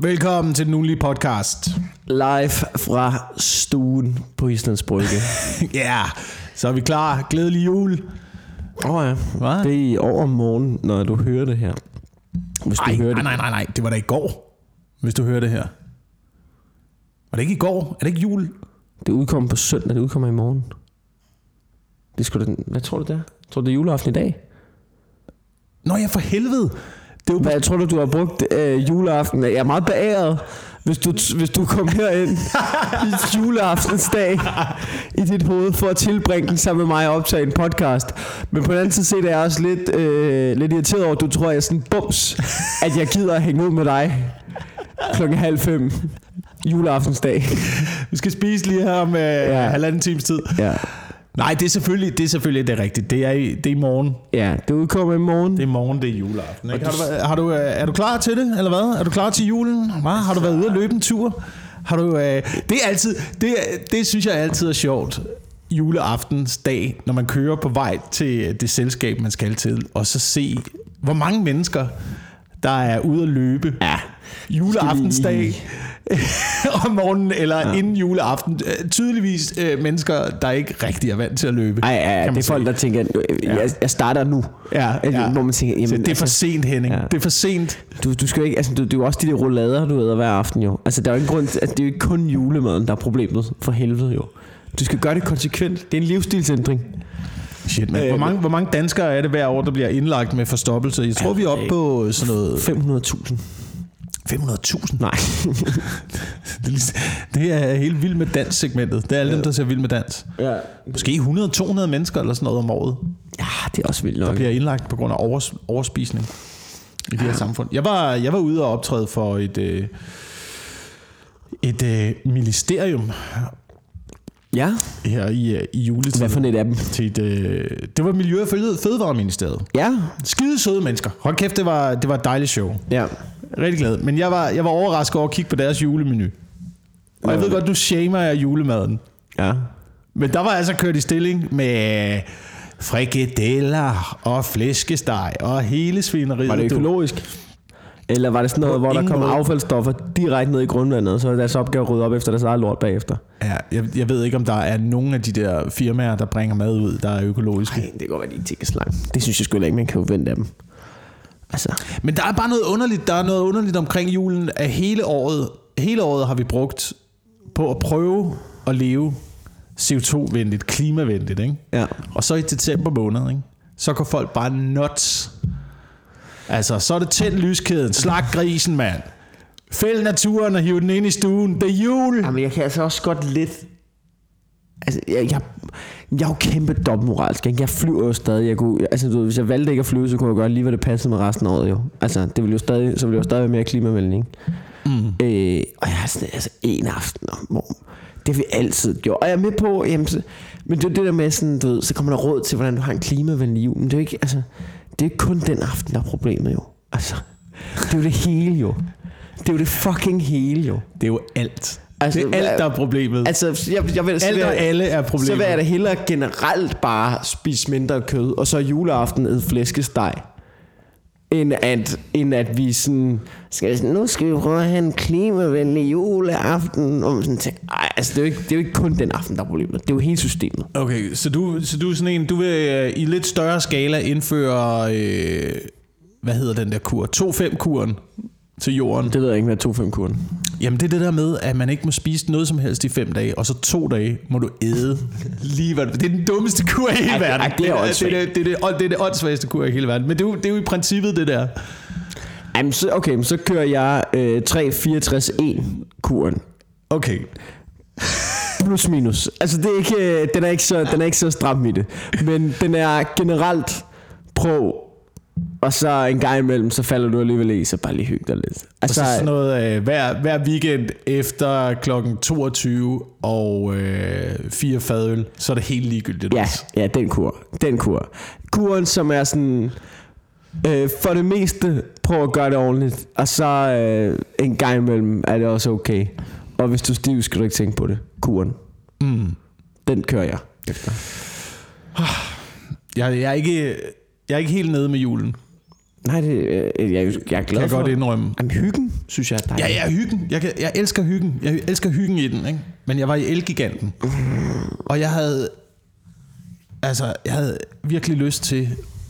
Velkommen til den ugenlige podcast. Live fra stuen på Islands Brygge. Ja, så er vi klar. Glædelig jul. Ja. Hvad? Det er i overmorgen, når du hører det her. Hvis du hører det. Nej. Det var da i går, hvis du hører det her. Var det ikke i går? Er det ikke jul? Det udkommer på søndag, det udkommer i morgen. Det skulle da, hvad tror du det er? Tror du det er juleaften i dag? Nå ja, for helvede. Det Hvad tror du har brugt juleaften? Jeg er meget beæret, hvis du kom herind i juleaftensdag i dit hoved for at tilbringe den sammen med mig og optage en podcast. Men på den anden side set er jeg også lidt irriteret over, at du tror, jeg er sådan bums, at jeg gider at hænge ud med dig 4:30 juleaftensdag. Vi skal spise lige her om halvanden times tid. Ja. Nej, det er selvfølgelig det rigtigt. Det er i morgen. Ja, det udkommer i morgen. Det er i morgen, det er juleaften. Ikke? Er du klar til det, eller hvad? Er du klar til julen? Hvad? Har du været ude at løbe en tur? Har du? Det er altid. Det synes jeg altid er sjovt. Juleaftensdag, når man kører på vej til det selskab, man skal til, og så se, hvor mange mennesker der er ude at løbe. Ja. Juleaftensdag om morgenen eller inden juleaften. Tydeligvis mennesker, der ikke rigtig er vant til at løbe. Ja, det er folk, der tænker, jeg starter nu. Ja. Hvor man tænker, jamen, det er for sent, Henning. Ja. Det er for sent. Du skal ikke, altså, det er jo også de der roulader, du æder hver aften jo. Altså, der er jo ingen grund til, det er jo ikke kun julemaden, der er problemet. For helvede jo. Du skal gøre det konsekvent. Det er en livsstilsændring. Shit, man. Hvor mange danskere er det hver år, der bliver indlagt med forstoppelse? Jeg tror, vi er oppe på sådan noget 500.000. 500.000? Nej. Det er helt vildt med dans-segmentet. Det er alle dem, der ser vild med dans. Ja. Måske 100-200 mennesker eller sådan noget om året. Ja, det er også vildt nok. Der bliver indlagt på grund af overspisning i det her samfund. Jeg var ude og optræde for et ministerium. Ja. Her i juletiden. Hvad for et af dem? Det var Miljø- og Fødevareministeriet. Ja. Skide søde mennesker. Hold kæft, det var et dejligt show. Ja. Rigtig glad. Men jeg var overrasket over at kigge på deres julemenu. Og jeg ved godt, nu shamer jeg julemaden. Ja. Men der var altså kørt i stilling med frikadeller og flæskesteg og hele svineriet. Var det økologisk? Eller var det sådan noget, hvor der kom affaldsstoffer direkte ned i grundvandet, og så er deres opgave at rydde op efter deres eget lort bagefter? Ja, jeg ved ikke, om der er nogen af de der firmaer, der bringer mad ud, der er økologiske. Nej, det kan godt være, de ikke tænker så langt. Det synes jeg sgu ikke, man kan jo vente af dem. Altså. Men der er bare noget underligt. Der er noget underligt omkring julen, at hele året har vi brugt på at prøve at leve CO2-venligt, klimavenligt, ikke? Ja. Og så i december måned, ikke? Så går folk bare nuts. Altså, så er det tænd lyskæden, slag grisen, mand. Fæld naturen og hiv den ind i stuen. Det er jul. Jamen, jeg kan altså også godt lidt. Altså, jeg er jo kæmpe dobbeltmoralsk. Jeg flyver jo stadig. Hvis jeg valgte ikke at flyve, så kunne jeg gøre lige, hvad det passede med resten af året jo. Altså, så ville jeg jo stadig være mere klimavenlig, ikke? Og jeg har sådan, en aften om morgen. Det har vi altid gjort. Og jeg er med på, jamen, men det er det der med sådan, du ved, så kommer der råd til, hvordan du har en klimavenlig jul. Men det er jo ikke, altså, det er ikke kun den aften, der er problemet jo. Altså, det er jo det hele jo. Det er jo det fucking hele jo. Det er jo alt. Altså, det er alt, der er problemet. Altså, jeg vil, alt og alle er problemet. Så vil jeg da hellere generelt bare spise mindre kød, og så juleaften et flæskesteg, end at vi sådan nu skal vi prøve at have en klimavenlig juleaften. Og sådan tænker, altså det er jo ikke kun den aften, der er problemet. Det er jo hele systemet. Okay, så du er sådan en, du vil i lidt større skala indføre, hvad hedder den der kur? 2-5-kuren til jorden. Det ved jeg ikke, hvad 2-5-kuren. Jamen det er det der med, at man ikke må spise noget som helst i 5 dage, og så 2 dage må du æde lige hvad. Det er den dummeste kur i hele verden. Det er det åndssvageste kur i hele verden. Men det er jo i princippet det der. Jamen, så kører jeg 3-64-1-kuren. Okay. Plus minus. Altså det er ikke, den er ikke så stram i det. Men den er generelt prøv. Og så en gang imellem, så falder du alligevel i, så bare lige hygge dig lidt. Altså, og så sådan noget hver weekend efter klokken 22 og 4 fadøl, så er det helt ligegyldigt. Ja, den kur. Kuren, som er sådan, for det meste, prøv at gøre det ordentligt. Og så en gang imellem er det også okay. Og hvis du er stiv, skal du ikke tænke på det. Kuren. Den kører jeg efter. Jeg er ikke helt nede med julen. Nej, jeg er glad jeg for. godt indrømme. Jamen, hyggen, synes jeg er dejligt. Ja, hyggen. Jeg elsker hyggen. Jeg elsker hyggen i den, ikke? Men jeg var i Elgiganten. Og jeg havde virkelig lyst til...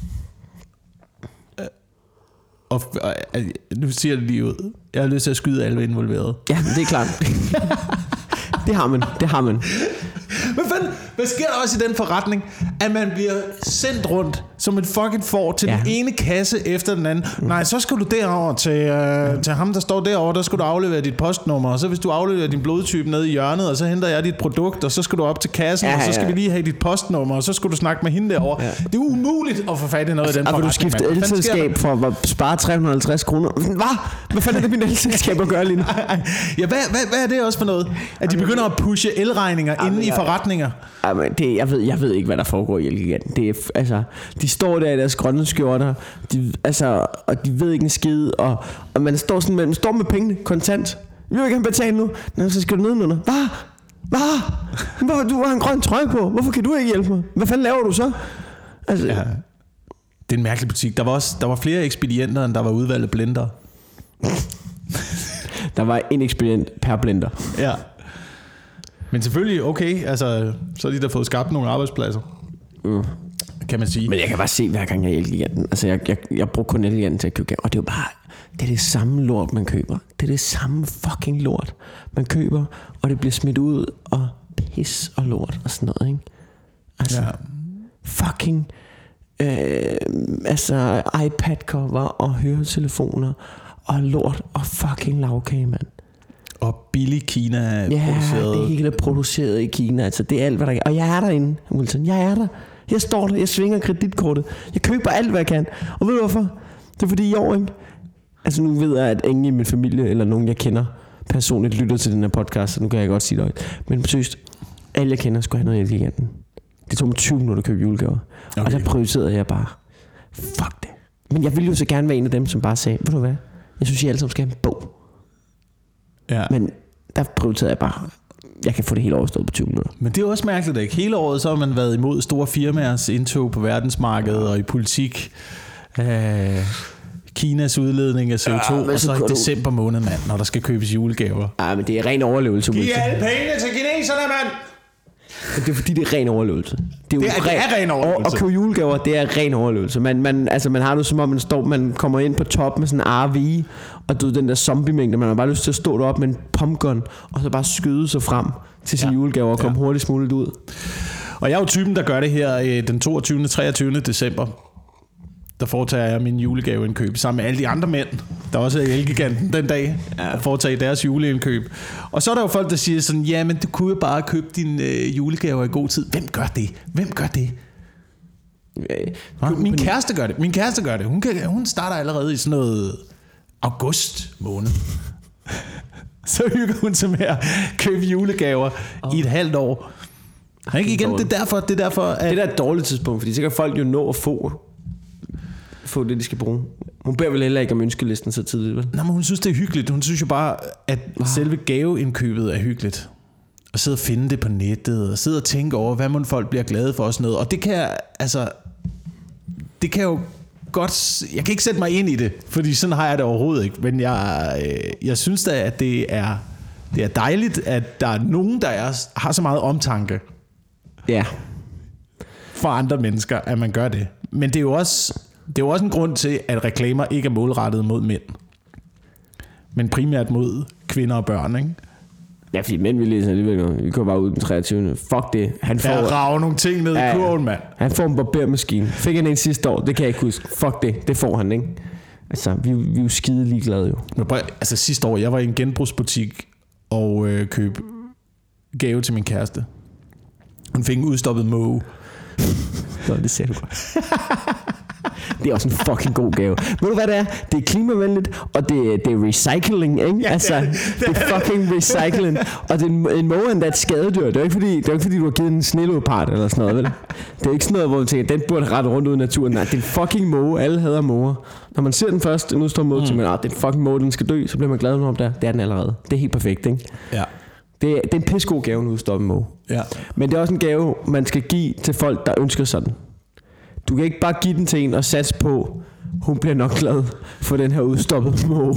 nu siger det lige ud. Jeg har lyst til at skyde alle involverede. Ja, det er klart. Det har man. Hvad sker der også i den forretning, at man bliver sendt rundt som et fucking får til den ene kasse efter den anden? Nej, så skal du derover til ham, der står derovre, der skal du aflevere dit postnummer, og så hvis du afleverer din blodtype nede i hjørnet, og så henter jeg dit produkt, og så skal du op til kassen, og så skal vi lige have dit postnummer, og så skal du snakke med hende derovre. Ja. Det er umuligt at få fat i noget af den forretning. Og vil du skifte elselskab for at spare 350 kroner? Hvad fanden er det min elselskab at gøre lige nu? Ja, hvad er det også for noget? At de begynder at pushe elregninger inde i forretninger? Jeg ved ikke, hvad der foregår i Elgiganten. Det er, altså, de står der i deres grønne skjorter, og de ved ikke en skid, og man står med pengene kontant. Vi vil ikke have betalt nu. Nå, så skal du nedenunder. Hvad? Du har en grøn trøje på. Hvorfor kan du ikke hjælpe mig? Hvad fanden laver du så? Altså, ja. Det er en mærkelig butik. Der var flere ekspedienter, end der var udvalgte blender. Der var en ekspedient per blender. Ja. Men selvfølgelig, okay, altså, så har de da fået skabt nogle arbejdspladser, kan man sige. Men jeg kan bare se, hver gang jeg er i Elgiganten. Altså, jeg bruger kun Elgiganten til at købe gaver, og det er jo bare, det er det samme lort, man køber. Det er det samme fucking lort, man køber, og det bliver smidt ud, og pis og lort og sådan noget, ikke? Altså, fucking, iPad-cover og høretelefoner, og lort og fucking lavkage, mand. Og billig Kina produceret. Ja, det hele er produceret i Kina. Altså, det er alt, hvad der er. Og jeg er derinde, Wilson. Jeg er der. Jeg står der. Jeg svinger kreditkortet. Jeg køber alt, hvad jeg kan. Og ved du hvorfor? Det er fordi i år, ikke? Altså, nu ved jeg, at ingen i min familie eller nogen, jeg kender personligt, lytter til den her podcast. Så nu kan jeg godt sige det højt. Men seriøst, alle jeg kender skulle have noget i Elgiganten. Det tog mig 20 minutter at købe julegaver. Okay. Og så prioriterede jeg bare, fuck det. Men jeg ville jo så gerne være en af dem, som bare sagde, ved du hvad? Jeg synes, I alle sammen skal have en bog. Ja. Men der prioriterede jeg bare, jeg kan få det hele overstået på 20 minutter. Men det er også mærkeligt, ikke? Hele året så har man været imod store firmaers indtog på verdensmarkedet og i politik. Kinas udledning af CO2, og så i december måned, mand, når der skal købes julegaver. Ja, men det er ren overlevelse. Giv alle pengene til kineserne, mand! Det er fordi, det er ren overlevelse. Det er ren overlevelse. Og købe julegaver, det er ren overlevelse. Man har det som om, man kommer ind på top med sådan en RV, og du den der zombie-mængde, man har bare lyst til at stå deroppe med en pumpgun, og så bare skyde sig frem til sine julegaver og komme hurtigst muligt ud. Og jeg er jo typen, der gør det her den 22. 23. december. Der foretager jeg min julegaveindkøb sammen med alle de andre mænd, der også er i Elgiganten den dag, foretager deres juleindkøb. Og så er der jo folk, der siger sådan, ja, men du kunne jo bare købe dine julegaver i god tid. Hvem gør det? Min kæreste gør det. Hun starter allerede i sådan noget august måned. Så hygger hun sig med at købe julegaver i et halvt år. Ikke igen, det er derfor at... Det er et dårligt tidspunkt, fordi så kan folk jo nå at få det, de skal bruge. Hun beder vel heller ikke om ønskelisten så tidligt, vel? Nej, men hun synes, det er hyggeligt. Hun synes jo bare, at selve gaveindkøbet er hyggeligt. Og sidde og finde det på nettet, og sidde og tænke over, hvad må folk bliver glade for og sådan noget. Og det kan jo godt... Jeg kan ikke sætte mig ind i det, fordi sådan har jeg det overhovedet ikke. Men jeg synes da, at det er dejligt, at der er nogen, der har så meget omtanke. Ja. For andre mennesker, at man gør det. Men det er jo også en grund til, at reklamer ikke er målrettet mod mænd. Men primært mod kvinder og børn, ikke? Ja, fordi mænd vil læse alligevel. Vi går bare ud den 23. Fuck det. Han får rage nogle ting ned i kurven, mand. Han får en barbermaskine. Fik han en sidste år, det kan jeg ikke huske. Fuck det. Det får han, ikke? Altså, vi er jo skide ligeglade jo. Altså sidste år, jeg var i en genbrugsbutik og købte gave til min kæreste. Hun fik en udstoppet måge. Så det ser du godt. Det er også en fucking god gave. Ved du hvad det er? Det er klimavenligt, og det er recycling, ikke? Ja, altså, det er fucking recycling. Og det er en måge endda et skadedyr. Det er ikke fordi du har givet en sneleopard eller sådan noget, vel? Det er ikke sådan noget, hvor du tænker, den burde rette rundt ud i naturen. Nej, det er en fucking måge. Alle hader måger. Når man ser den først, nu står måge til, men det er en fucking måge, den skal dø, så bliver man glad om der. Det er den allerede. Det er helt perfekt, ikke? Ja. Det er en pissegod gave, nu stoppe en måge. Ja. Men det er også en gave, man skal give til folk, der ønsker sådan. Du kan ikke bare give den til en og satse på, hun bliver nok glad for den her udstoppede måge.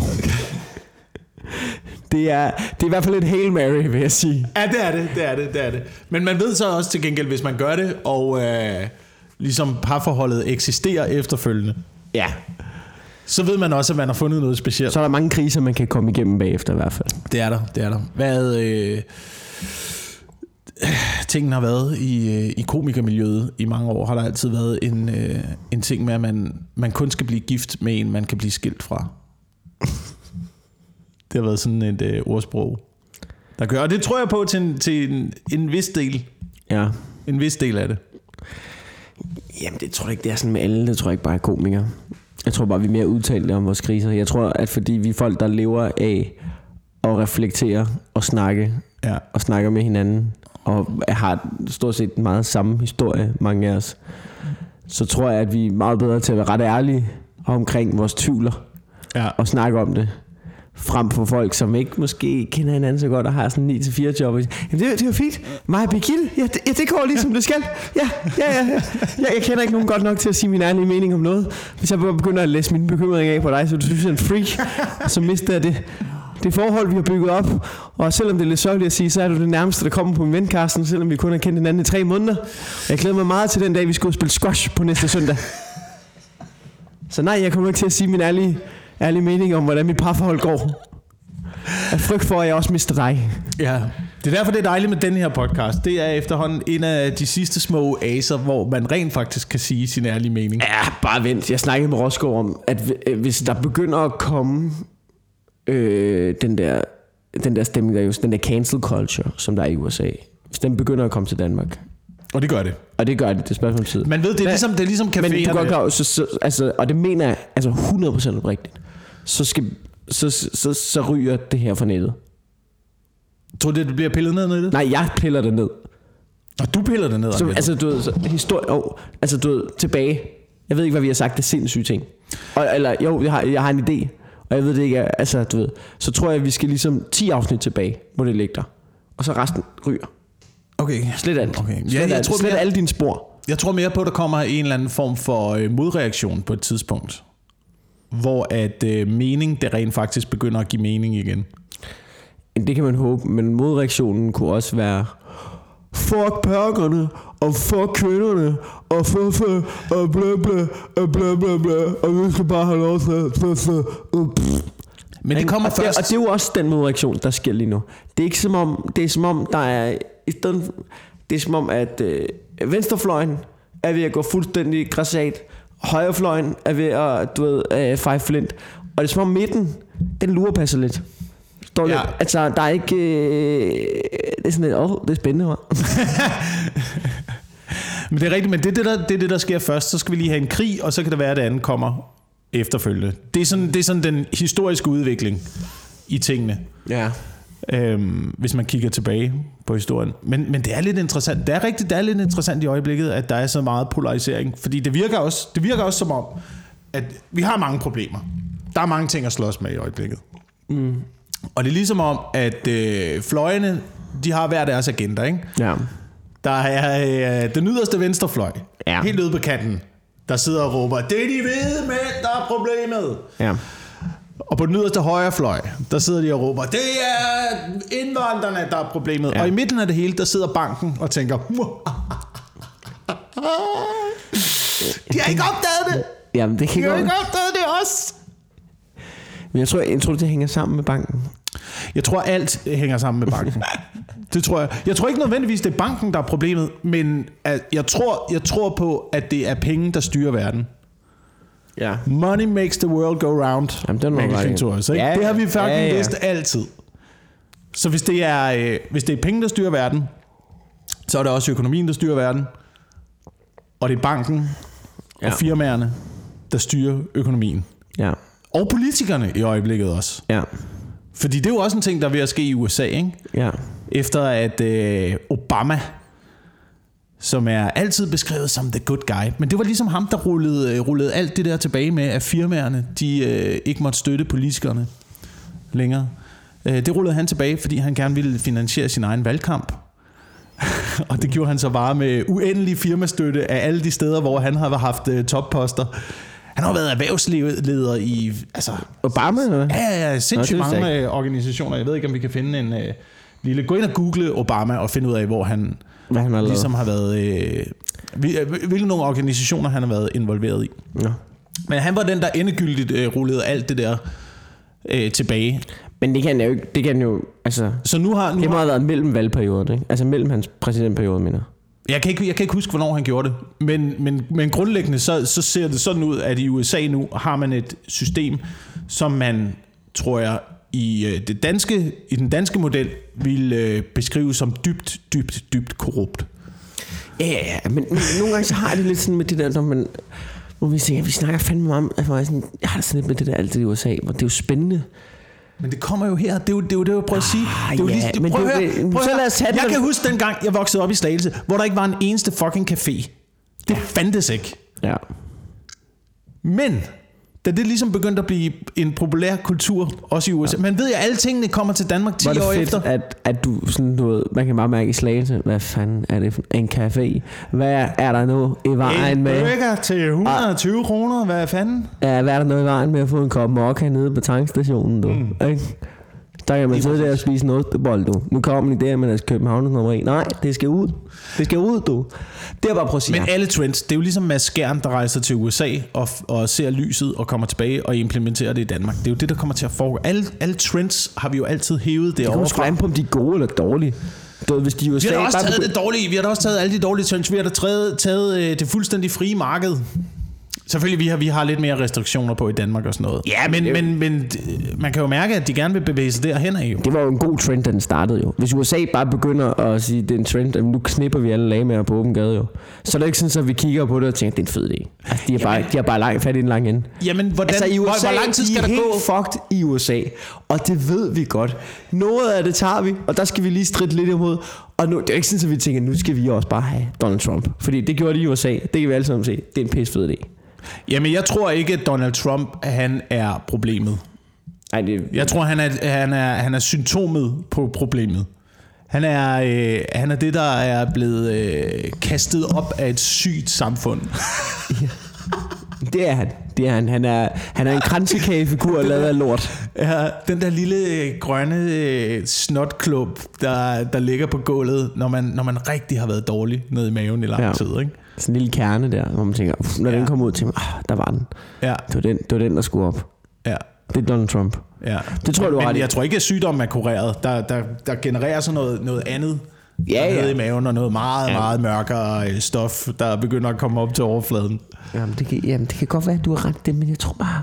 Det er i hvert fald et Hail Mary, vil jeg sige. Ja, det er det. Men man ved så også til gengæld, hvis man gør det, og ligesom parforholdet eksisterer efterfølgende. Ja. Så ved man også, at man har fundet noget specielt. Så er der mange kriser, man kan komme igennem bagefter i hvert fald. Det er der. Hvad... Tingen har været i komikermiljøet i mange år, har der altid været en ting med, at man kun skal blive gift med en, man kan blive skilt fra. Det har været sådan et ordsprog, der gør. Og det tror jeg på til en vis del. Ja. En vis del af det. Jamen, det tror jeg ikke, det er sådan med alle. Det tror jeg ikke bare er komikere. Jeg tror bare, vi er mere udtalte om vores kriser. Jeg tror, at fordi vi er folk, der lever af at reflektere og snakke, og snakker med hinanden, og har stort set meget samme historie, mange af os, så tror jeg, at vi er meget bedre til at være ret ærlige omkring vores tvivler, og snakke om det, frem for folk, som ikke måske kender hinanden så godt, og har sådan 9-4 job. Jamen det er jo fint. Mig og Birgitte, ja, det går ligesom det skal. Ja. Jeg kender ikke nogen godt nok til at sige min egen mening om noget. Hvis jeg begynder at læse mine bekymringer af på dig, så du synes, jeg er en freak, så mister jeg det forhold, vi har bygget op. Og selvom det er lidt sørgeligt at sige, så er du det nærmeste, der kommer på min ven, Carsten, selvom vi kun har kendt hinanden i 3 måneder. Jeg glæder mig meget til den dag, vi skal spille squash på næste søndag. Så nej, jeg kommer ikke til at sige min ærlige mening om, hvordan mit parforhold går. Af frygt for, at jeg også mister dig. Ja, det er derfor, det er dejligt med den her podcast. Det er efterhånden en af de sidste små oaser, hvor man rent faktisk kan sige sin ærlige mening. Ja, bare vent. Jeg snakkede med Rosgaard om, at hvis der begynder at komme den der stemning, der er just den der cancel culture, som der er i USA, hvis den begynder at komme til Danmark. Og det gør det. Det er spørgsmål om tid. Man ved, det er ligesom caféerne. Men du godt klar, altså, og det mener jeg altså 100% oprigtigt. Så ryger det her fra nettet. Tror du, det bliver pillet ned? Nej, jeg piller det ned. Og du piller det ned? Så, altså, du ved, tilbage. Jeg ved ikke, hvad vi har sagt, det er sindssyge ting. Jeg har en idé, og jeg ved det ikke, altså, du ved. Så tror jeg, vi skal ligesom 10 afsnit tilbage, hvor det ligger der. Og så resten ryger. Okay. Slet alt. Okay. Slet alle dine spor. Jeg tror mere på, at der kommer en eller anden form for modreaktion på et tidspunkt. Hvor at mening, det rent faktisk begynder at give mening igen. Det kan man håbe, men modreaktionen kunne også være fuck perkerne, og fuck kvinderne, og fuck og bla bla, og bla bla bla, og vi skal bare have lov til. Men det kommer først. Og det er jo også den modreaktion, der sker lige nu. Det er ikke som om, der er i stedet, det er som om, at venstrefløjen er ved at gå fuldstændig græsat, højrefløjen er ved at feje flint, og det er som om midten, den lurepasser lidt. Ja. Altså, der er ikke... det er sådan lidt... det er spændende, hva'? Men det er rigtigt, men det er det, der sker først. Så skal vi lige have en krig, og så kan det være, at det andet kommer efterfølgende. Det er sådan den historiske udvikling i tingene. Ja. Hvis man kigger tilbage på historien. Men det er lidt interessant. Det er lidt interessant i øjeblikket, at der er så meget polarisering. Fordi det virker også som om, at vi har mange problemer. Der er mange ting at slås med i øjeblikket. Mm. Og det er ligesom om, at fløjene, de har hver deres agenda, ikke? Ja. Der er den yderste venstrefløj, helt ude på kanten, der sidder og råber, det er de hvide mænd, der er problemet. Ja. Og på den yderste højrefløj, der sidder de og råber, det er indvandrerne, der er problemet. Ja. Og i midten af det hele, der sidder banken og tænker, de har ikke opdaget det. Jamen, det kan de har ikke opdaget det også. Men jeg tror, det hænger sammen med banken. Jeg tror, alt hænger sammen med banken. Det tror jeg. Jeg tror ikke nødvendigvis, det er banken, der er problemet, men jeg tror på, at det er penge, der styrer verden. Ja. Money makes the world go round. Jamen, det har vi faktisk vidst altid. Så hvis det er penge, der styrer verden, så er det også økonomien, der styrer verden. Og det er banken og firmaerne, der styrer økonomien. Ja. Og politikerne i øjeblikket også. Ja. Fordi det er jo også en ting, der er ved at ske i USA, ikke? Ja. Efter at Obama, som er altid beskrevet som the good guy, men det var ligesom ham, der rullede alt det der tilbage med, at firmaerne, de ikke måtte støtte politikerne længere. Det rullede han tilbage, fordi han gerne ville finansiere sin egen valgkamp. Og det gjorde han så bare med uendelig firmastøtte af alle de steder, hvor han havde haft topposter. Han har været erhvervsleder i... Altså, Obama, eller hvad? Ja, sindssygt mange organisationer. Jeg ved ikke, om vi kan finde en lille... Gå ind og google Obama og finde ud af, hvor han ligesom har været... hvilke nogle organisationer han har været involveret i. Ja. Men han var den, der endegyldigt rullede alt det der tilbage. Men det kan jo altså... Så nu har det må have været mellem valgperioder, ikke? Altså mellem hans præsidentperiode, mener jeg kan ikke huske, hvornår han gjorde det. Men grundlæggende, så ser det sådan ud, at i USA nu har man et system, som man, tror jeg, i den danske model vil beskrive som dybt korrupt. Ja, men nogle gange så har det lidt sådan med det der, når man... Hvor vi siger, vi snakker fandme meget om... Altså, jeg har sådan lidt med det der altid i USA, hvor det er jo spændende. Men det kommer jo her. Det er jo det, jeg prøver at sige. Det er jo ja, lige, prøv at høre. Jeg kan huske dengang, jeg voksede op i Slagelse, hvor der ikke var en eneste fucking café. Det fandtes ikke. Ja. Men da det ligesom begyndte at blive en populær kultur, også i USA. Man ved jo, at alle tingene kommer til Danmark 10 år efter. Var det fedt, at du sådan noget, man kan bare mærke i Slagelse, hvad fanden er det for en café? Hvad er der nu i vejen med? En burger til 120 kroner, hvad fanden? Ja, hvad er der nu i vejen med at få en kop mokka nede på tankstationen, du? Ikke? Der kan man sidde der og spise en ostebold, du. Nu kommer man i der, men altså København nummer 1. Nej, det skal ud. Det skal ud, du. Det er bare prøv at sige. Men alle trends, det er jo ligesom Mads Skjern, der rejser til USA og ser lyset og kommer tilbage og implementerer det i Danmark. Det er jo det, der kommer til at foregå. Alle trends har vi jo altid hævet derovre. Det kommer på, om de er gode eller dårlige. Hvis de vi har da også taget det dårlige. Vi har da også taget alle de dårlige trends. Vi har da taget det fuldstændig frie marked. Selvfølgelig, vi har lidt mere restriktioner på i Danmark og sådan noget. Ja, men man kan jo mærke, at de gerne vil bevæge sig derhen af. Jo. Det var jo en god trend, da den startede jo. Hvis USA bare begynder at sige, at det er en trend, nu knipper vi alle lagmager på åben gade jo. Så er det ikke sådan, at vi kigger på det og tænker, at det er en fed idé. Altså, de har bare langt fat i en lang ende. Jamen, altså, i USA, hvor lang tid skal der gå? Fucked i USA, og det ved vi godt. Noget af det tager vi, og der skal vi lige stritte lidt imod. Og nu, det er ikke sådan, at vi tænker, at nu skal vi også bare have Donald Trump. Fordi det gjorde de i USA. Det kan vi alle sammen se. Det er en pissefed idé. Jamen, jeg tror ikke, at Donald Trump, han er problemet. Nej, jeg tror, han er symptomet på problemet. Han er det, der er blevet kastet op af et sygt samfund. Det er han. Han er en kransekagefigur lavet af lort. Ja, den der lille grønne snotklump, der ligger på gulvet, når man rigtig har været dårlig nede i maven i lang tid, ikke? Sådan en lille kerne der, hvor man tænker, når den kommer ud, tænker man, der var den. Ja. Det var den, der skulle op. Ja. Det er Donald Trump. Ja. Det tror du ret i. Jeg tror ikke, at sygdommen er kureret. Der genererer sådan noget andet nede i maven, og noget meget, meget mørkere stof, der begynder at komme op til overfladen. Jamen, det kan godt være, at du har ret det, men jeg tror bare...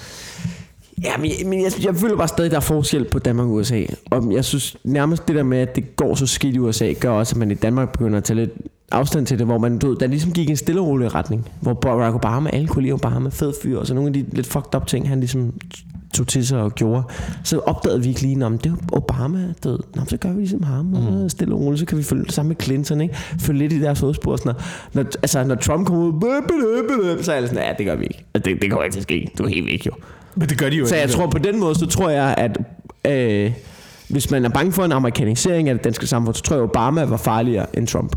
Jeg føler bare stadig, der er forskel på Danmark og USA. Og jeg synes nærmest det der med, at det går så skidt i USA, gør også, at man i Danmark begynder at tage lidt afstand til det, hvor man der ligesom gik en stille og rolig retning. Hvor Barack Obama, alle kunne lide Obama, fed fyr, og så nogle af de lidt fucked up ting, han ligesom tog til sig og gjorde. Så opdagede vi ikke lige, om det er Obama er død. Nå, så gør vi ligesom ham, og stille og roligt, så kan vi følge det samme med Clinton, ikke? Følge lidt i deres fodspor. Når Trump kommer ud, så er det sådan, det gør vi ikke. Det kommer ikke til at ske. Du er helt væk, jo. Men det gør de jo. Så jeg tror på den måde, så tror jeg, at hvis man er bange for en amerikanisering af det danske samfund, så tror jeg, at Obama var farligere end Trump.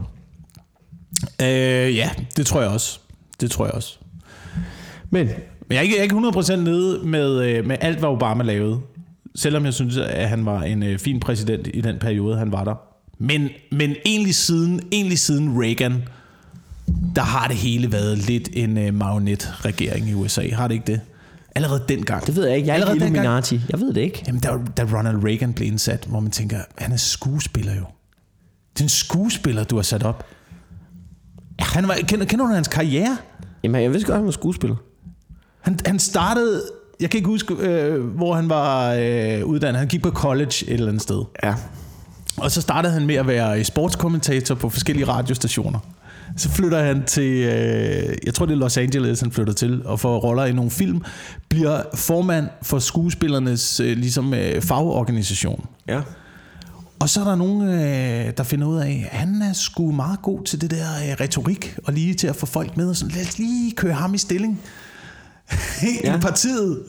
Ja, det tror jeg også. Men jeg er ikke 100% nede med alt, hvad Obama lavede. Selvom jeg synes, at han var en fin præsident i den periode, han var der. Men egentlig siden Reagan, der har det hele været lidt en marionetregering i USA. Har det ikke det? Allerede dengang. Det ved jeg ikke. Jeg er ikke Illuminati. Jeg ved det ikke. Jamen, da Ronald Reagan blev indsat, hvor man tænker, han er skuespiller jo. Det er en skuespiller, du har sat op. Kender du hans karriere? Jamen, jeg vidste godt, han var skuespiller. Han startede... Jeg kan ikke huske, hvor han var uddannet. Han gik på college et eller andet sted. Ja. Og så startede han med at være sportskommentator på forskellige radiostationer. Så flytter han til, jeg tror det er Los Angeles, han flytter til, og får roller i nogle film, bliver formand for skuespillernes fagorganisation. Ja. Og så er der nogen, der finder ud af, at han er sgu meget god til det der retorik, og lige til at få folk med, og sådan, lad os lige køre ham i stilling i partiet.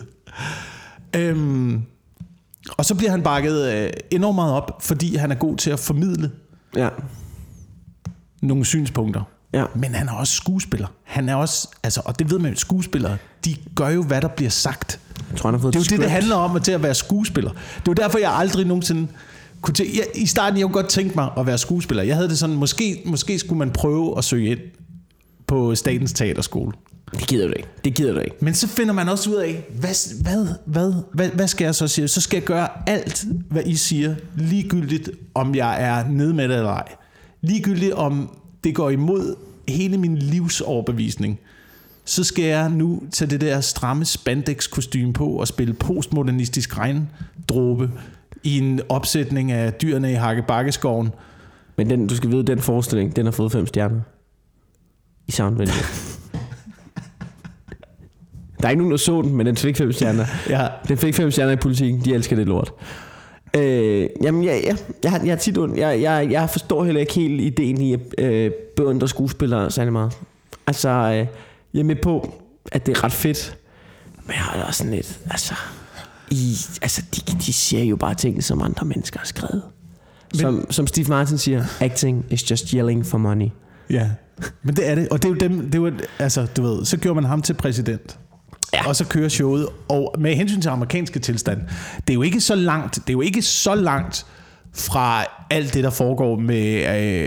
Og så bliver han bakket enormt meget op, fordi han er god til at formidle nogle synspunkter. Ja. Men han er også skuespiller. Han er også, altså, og det ved man jo, skuespillere, de gør jo, hvad der bliver sagt. Jeg tror, han har fået det er jo det handler om til at være skuespiller. Det er jo derfor, jeg aldrig nogensinde kunne i starten, jeg kunne godt tænke mig at være skuespiller. Jeg havde det sådan, måske skulle man prøve at søge ind på Statens Teaterskole. Det gider du ikke. Men så finder man også ud af, hvad skal jeg så sige? Så skal jeg gøre alt, hvad I siger, ligegyldigt om jeg er nede med det eller ej. Ligegyldigt om det går imod hele min livsoverbevisning. Så skal jeg nu tage det der stramme spandex-kostume på og spille postmodernistisk regndråbe i en opsætning af Dyrene i Hakkebakkeskoven. Men du skal vide, den forestilling, den har fået 5 stjerner. I Soundvenue. Der er ikke nogen, der så den, men den fik 5 stjerner. Ja. Den fik 5 stjerner i Politikken. De elsker det lort. Jamen, jeg har tit ondt. Jeg forstår heller ikke helt ideen i at beundre skuespillere særlig meget. Altså, jeg er med på, at det er ret fedt. Men jeg har også sådan lidt, de siger jo bare ting, som andre mennesker har skrevet. Som Steve Martin siger, acting is just yelling for money. Ja, men det er det. Og det er jo dem, det er jo, altså, du ved, så gjorde man ham til præsident. Ja. Og så kører showet. Og med hensyn til amerikanske tilstand, det er jo ikke så langt fra alt det, der foregår med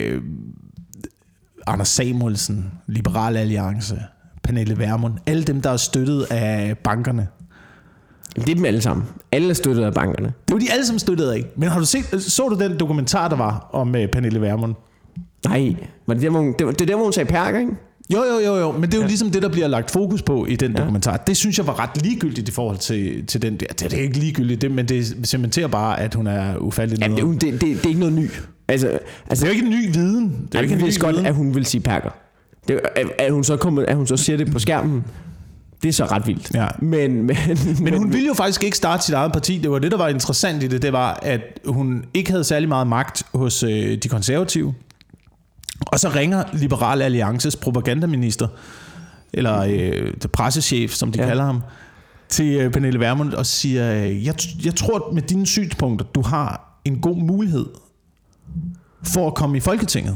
Anders Samuelsen, Liberal Alliance, Pernille Vermund, alle dem, der er støttet af bankerne. Det er dem alle sammen. Alle er støttet af bankerne. Det var de alle sammen støttet af. Men har du så du den dokumentar, der var om Pernille Vermund? Nej, var det der, hvor hun sagde perker, ikke? Jo, men det er jo ligesom det, der bliver lagt fokus på i den dokumentar. Det synes jeg var ret ligegyldigt i forhold til den der. Det er ikke ligegyldigt, men det cementerer bare, at hun er ufattelig nederen. Det er ikke noget ny. Altså, det er jo ikke en ny viden. Det er jo ikke en ny godt, at hun vil sige perker. At hun så siger det på skærmen, det er så ret vildt. Ja. Men hun ville jo faktisk ikke starte sit eget parti. Det var det, der var interessant i det. Det var, at hun ikke havde særlig meget magt hos de konservative. Og så ringer Liberal Alliances propagandaminister, eller pressechef, som de kalder ham, til Pernille Vermund og siger, jeg tror med dine synspunkter, du har en god mulighed for at komme i Folketinget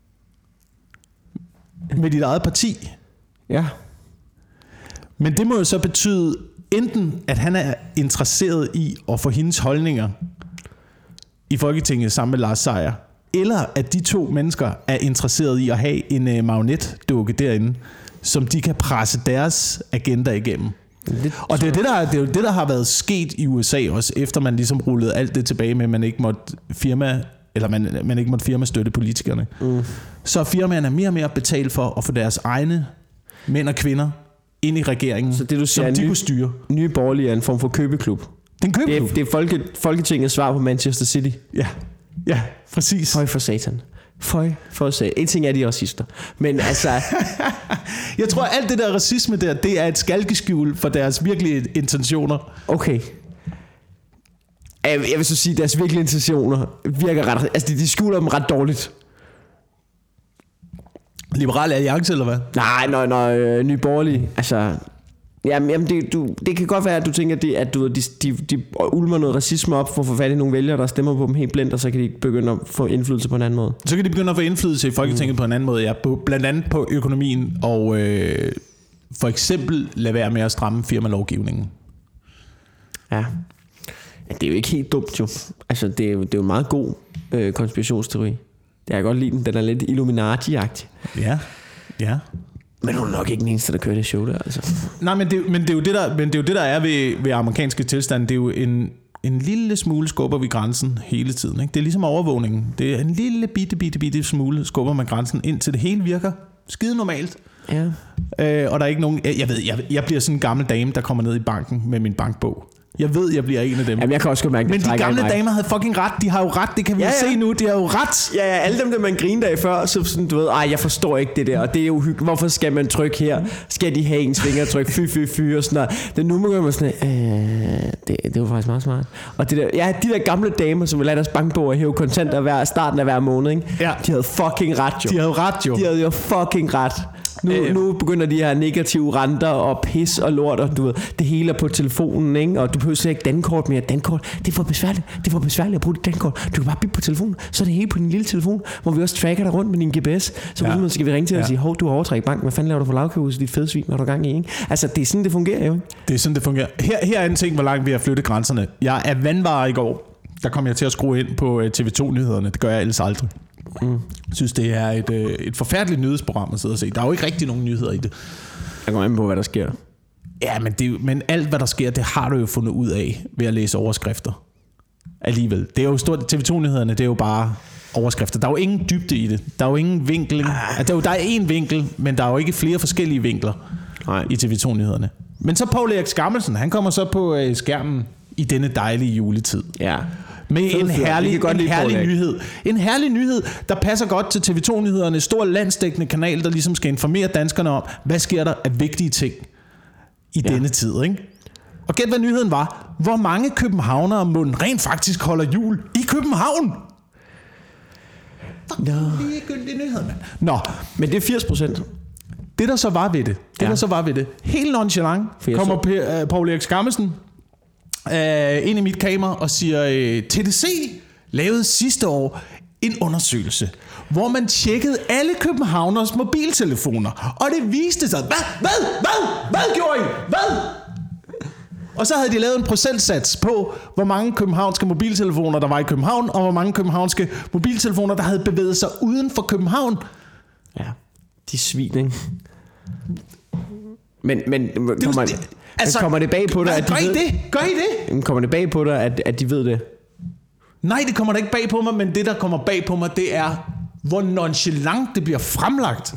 med dit eget parti. Ja. Men det må jo så betyde enten, at han er interesseret i at få hendes holdninger i Folketinget sammen med Lars Seier, eller at de to mennesker er interesseret i at have en marionetdukke derinde, som de kan presse deres agenda igennem. Og det er jo det, der har været sket i USA også, efter man ligesom rullede alt det tilbage med, at man ikke måtte man ikke måtte firmastøtte politikerne. Så er firmaerne mere og mere betalt for at få deres egne mænd og kvinder ind i regeringen, så det, du siger, som de kunne styre. Nye Borgerlige er en form for købeklub. Det er en købeklub. Det er Folketingets svar på Manchester City. Ja, præcis. Føj for satan. Føj for satan. En ting er de racister. Men altså... Jeg tror, alt det der racisme der, det er et skalkeskjul for deres virkelige intentioner. Okay. Jeg vil så sige, at deres virkelige intentioner virker ret... Altså, de skjuler dem ret dårligt. Liberal Alliance, eller hvad? Nej, Nye Borgerlige. Altså... Jamen det kan godt være, at du tænker, at de ulmer noget racisme op for at få fat i nogle vælgere, der stemmer på dem helt blindt, og så kan de begynde at få indflydelse på en anden måde. Så kan de begynde at få indflydelse i Folketinget på en anden måde, ja. Blandt andet på økonomien, og for eksempel lade være med at stramme firmalovgivningen. Ja, det er jo ikke helt dumt jo. Altså det er jo en meget god konspirationsteori. Det har jeg godt lide den. Den er lidt Illuminati-agtig. Ja. Men hun er nok ikke den eneste, der kører det show der, altså. Nej, men det er jo det, der er ved amerikanske tilstand. Det er jo en lille smule skubber vi grænsen hele tiden. Ikke? Det er ligesom overvågningen. Det er en lille bitte smule skubber man grænsen, indtil det hele virker skide normalt. Ja. Og der er ikke nogen... Jeg bliver sådan en gammel dame, der kommer ned i banken med min bankbog. Jeg ved, jeg bliver en af dem. Jamen, jeg kan også godt mærke, men de gamle damer havde fucking ret. De har jo ret. Det kan vi se nu. De har jo ret. Ja, alle dem, der man grinede af før, så sådan, du ved, jeg forstår ikke det der, og det er uhyggeligt. Hvorfor skal man trykke her? Skal de have ens fingertryk? Fy, og sådan noget. Det nu gør man sådan, det var faktisk meget smart. Og det der, de der gamle damer, som vil lade deres bankbog og hæve kontanter starten af hver måned, ikke? Ja. De havde fucking ret, jo. De havde jo ret, jo. De havde jo fucking ret. Nu begynder de her negative renter og pis og lort, og du ved, det hele er på telefonen, ikke? Og du behøver slet ikke dankort mere. Dankort, det er for besværligt at bruge dit dankort. Du kan bare bippe på telefonen, så er det hele på din lille telefon, hvor vi også tracker dig rundt med din GPS. Så skal vi ringe til dig og sige, hov, du har overtræk bank. Hvad fanden laver du for lavkøbhus i dit fedsvin, når du er gang i, ikke? Altså, det er sådan, det fungerer jo, ikke? Det er sådan, det fungerer. Her er en ting, hvor langt vi har flyttet grænserne. Jeg er vandvarer i går. Der kom jeg til at skrue ind på TV2-nyhederne. Det gør jeg ellers aldrig. Jeg synes, det er et forfærdeligt nyhedsprogram at sidde og se. Der er jo ikke rigtig nogen nyheder i det. Jeg kommer an på, hvad der sker. Ja, men alt, hvad der sker, det har du jo fundet ud af ved at læse overskrifter. Alligevel. Det er jo stort. TV2-nyhederne, det er jo bare overskrifter. Der er jo ingen dybde i det. Der er jo ingen vinkling. Der er én vinkel, men der er jo ikke flere forskellige vinkler i TV2-nyhederne. Men så Poul Erik Skammelsen, han kommer så på skærmen i denne dejlige juletid. Ja. Med en herlig nyhed. En herlig nyhed, der passer godt til TV2-nyhederne. En stor landsdækkende kanal, der ligesom skal informere danskerne om, hvad sker der af vigtige ting i denne tid, ikke? Og gæt, hvad nyheden var. Hvor mange københavnere mon rent faktisk holder jul i København? Ligegyldig nyhed, mand. Nå, men det er 80%. Det der så var ved det, helt nonchalant, kommer Poul Erik Skammelsen ind i mit kamera og siger, TDC lavede sidste år en undersøgelse, hvor man tjekkede alle københavners mobiltelefoner, og det viste sig, hvad gjorde I? Hvad? Og så havde de lavet en procentsats på, hvor mange københavnske mobiltelefoner der var i København, og hvor mange københavnske mobiltelefoner der havde bevæget sig uden for København. Ja, de svin, ikke? Men kommer det bag på dig, at de ved det? Gør I det? Kommer det bag på dig, at de ved det? Nej, det kommer da ikke bag på mig, men det der kommer bag på mig, det er, hvor nonchalant det bliver fremlagt.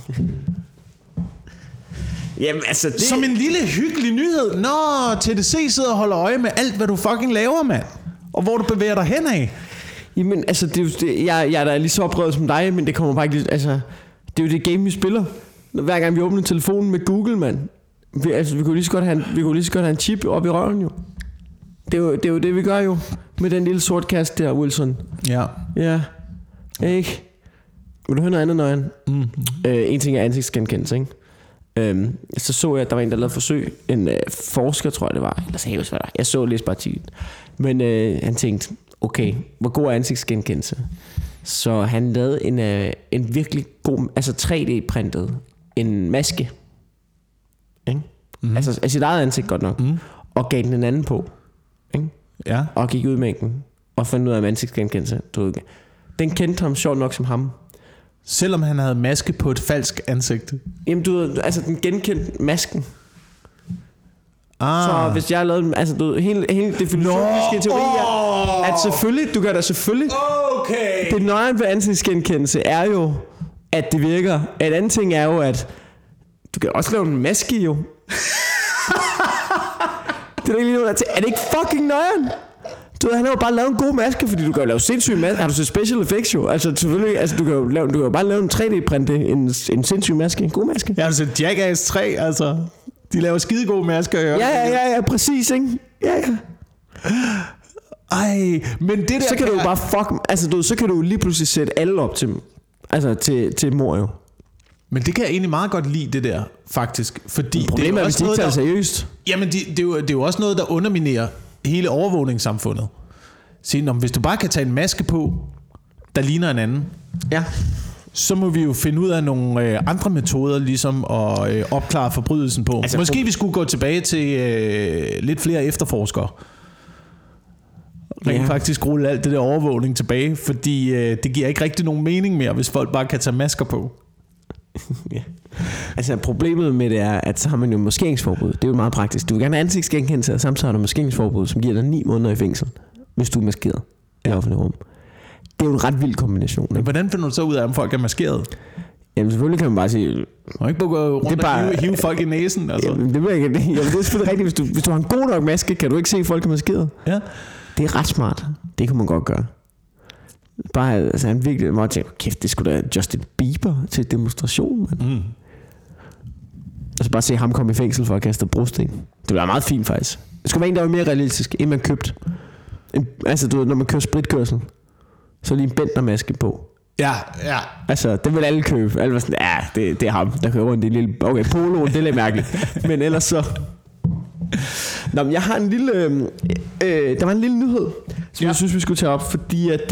Jamen, altså det... Som en lille hyggelig nyhed. Nå, TDC sidder og holder øje med alt, hvad du fucking laver, mand. Og hvor du bevæger dig hen af. Jamen, altså, jeg er da lige så oprevet som dig, men det kommer bare ikke... Altså, det er jo det game, vi spiller. Hver gang vi åbner telefonen med Google, mand. Vi kunne lige så godt have en chip op i røven, jo. Det er jo det, vi gør jo. Med den lille sort kasse der, Wilson. Ja. Ja. Ikke? Vil du høre noget andet, Nøjen? En ting er ansigtsgenkendelse, ikke? Så jeg, at der var en, der lavede forsøg. En forsker, tror jeg det var. Eller sagde, hvad der. Jeg så læste bare artiklen. Men han tænkte, okay, hvor god er ansigtsgenkendelse? Så han lavede en virkelig god, altså 3D-printet, en maske. Ikke? Altså af sit eget ansigt godt nok. Og gav den en anden på. Ikke? Ja. Og gik ud i mængden. Og fandt ud af ansigtsgenkendelse. Den kendte ham sjovt nok som ham. Selvom han havde maske på et falsk ansigt. Jamen du ved, altså den genkendte masken. Så hvis jeg lavede, altså du ved, hele definitionen teori er, at selvfølgelig, du kan da selvfølgelig. Okay. Det nøjen ved ansigtsgenkendelse er jo, at det virker. En anden ting er jo, at du kan også lave en maske jo. Det er ikke lige noget, er det ikke fucking nøjeren? Du ved, han har jo bare lavet en god maske, fordi du kan jo lave sindssyge maske. Har du set special effects jo? Altså selvfølgelig, altså du kan jo bare lave en 3D-printe, en sindssyg maske, en god maske. Jeg har set Jackass 3, altså. De laver skidegode masker. Ja, præcis, ikke? Ja. Ej, men det der... Så kan du jo bare altså så kan du lige pludselig sætte alle op til, altså til mor jo. Men det kan jeg egentlig meget godt lide, det der, faktisk. Fordi problemet er, hvis de ikke tager det seriøst. Jamen, det er jo også noget, der underminerer hele overvågningssamfundet. Så hvis du bare kan tage en maske på, der ligner en anden, så må vi jo finde ud af nogle andre metoder, ligesom at opklare forbrydelsen på. Altså, måske vi skulle gå tilbage til lidt flere efterforskere. Rent faktisk rulle alt det der overvågning tilbage, fordi det giver ikke rigtig nogen mening mere, hvis folk bare kan tage masker på. Ja. Altså problemet med det er, at så har man jo maskeringsforbud. Det er jo meget praktisk. Du vil gerne have ansigtsgenkendelse, og samtidig har du maskeringsforbud, som giver dig 9 måneder i fængsel, hvis du er maskeret i offentlig rum. Det er jo en ret vild kombination. Ikke? Hvordan finder du så ud af, om folk er maskeret? Jamen selvfølgelig kan man bare sige... Og ikke gå rundt og hive folk i næsen. Altså. Jamen, det er selvfølgelig rigtigt. Hvis du har en god nok maske, kan du ikke se, at folk er maskeret. Ja. Det er ret smart. Det kan man godt gøre. Bare, altså han virkelig meget tænkt, kæft, det skulle da Justin Bieber til demonstration, mand. Og så bare se ham komme i fængsel for at kaste brosten. Det ville være meget fint faktisk. Det skulle være en, der var mere realistisk, end man købte. Altså du ved, når man kører spritkørsel, så lige en Bentner-maske på. Ja. Altså, det vil alle købe. Alle var sådan, det er ham, der køber en lille... Okay, polo, det er lidt mærkeligt. Men ellers så... Nå, men jeg har en lille... der var en lille nyhed, som jeg synes, vi skulle tage op. Fordi at...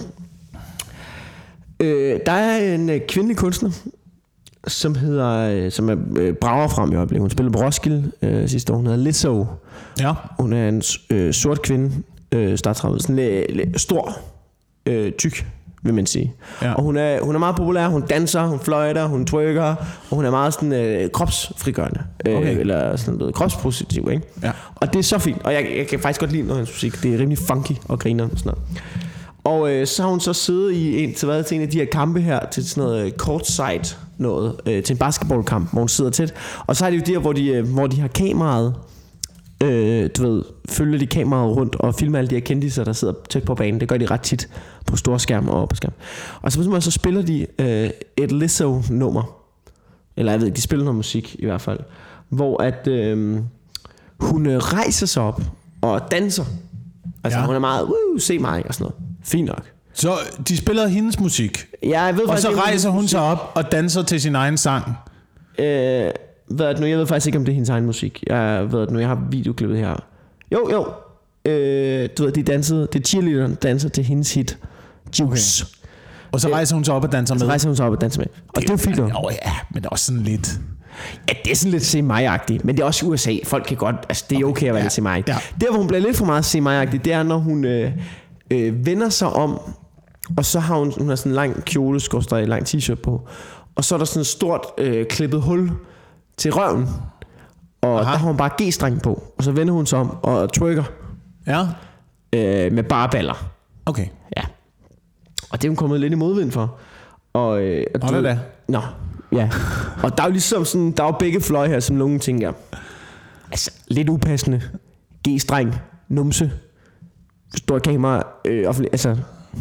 der er en kvindelig kunstner, som er brager frem i øjeblikket. Hun spillede på Roskilde sidste år. Hun hedder Lizzo. Ja. Hun er en sort kvinde, start 30, sådan stor, tyk, vil man sige. Ja. Og hun er meget populær. Hun danser, hun fløjter, hun twerker, og hun er meget sådan kropsfrigørende, eller sådan noget kropspositiv, ikke? Ja. Og det er så fint. Og jeg kan faktisk godt lide noget af hendes musik. Det er rimelig funky og griner og sådan noget. Og så har hun så siddet i en af de her kampe her til sådan noget courtside noget, til en basketballkamp, hvor hun sidder tæt. Og så er det jo der, hvor de har kameraet, du ved, følger de kameraet rundt og filmer alle de her kendiser, der sidder tæt på banen. Det gør de ret tit på storskærm og på skærm. Og så spiller de et Lizzo-nummer. Eller jeg ved ikke, de spiller noget musik i hvert fald. Hvor at hun rejser sig op og danser. Altså hun er meget, se mig og sådan noget. Fint nok. Så de spiller hendes musik. Ja, jeg ved og så rejser hun sig op og danser til sin egen sang. Jeg ved faktisk ikke, om det er hendes egen musik. Jeg har videoklippet her. Jo. Du ved, det cheerleaderen danser til hendes hit Juice. Okay. Og så rejser hun sig op og danser med. Så rejser hun sig op og danser med. Og det er jo fint. Ja, men det er også sådan lidt... Ja, det er sådan lidt se mig-agtigt. Men det er også USA. Folk kan godt... Altså, det er okay at være lidt se mig. Ja. Der, hvor hun bliver lidt for meget se mig-agtigt, det er, når hun vender sig om, og så har hun har sådan en lang kjole, en lang t-shirt på. Og så er der sådan et stort klippet hul til røven. Og der har hun bare G-streng på. Og så vender hun sig om og trykker. Ja. Med bare baller. Okay. Ja. Og det er hun kommet lidt i modvind for. Og det da. Nå, ja. Og der er jo ligesom sådan, der er jo begge fløje her, som nogen tænker. Altså, lidt upassende. G-streng, numse, stor kamera, altså,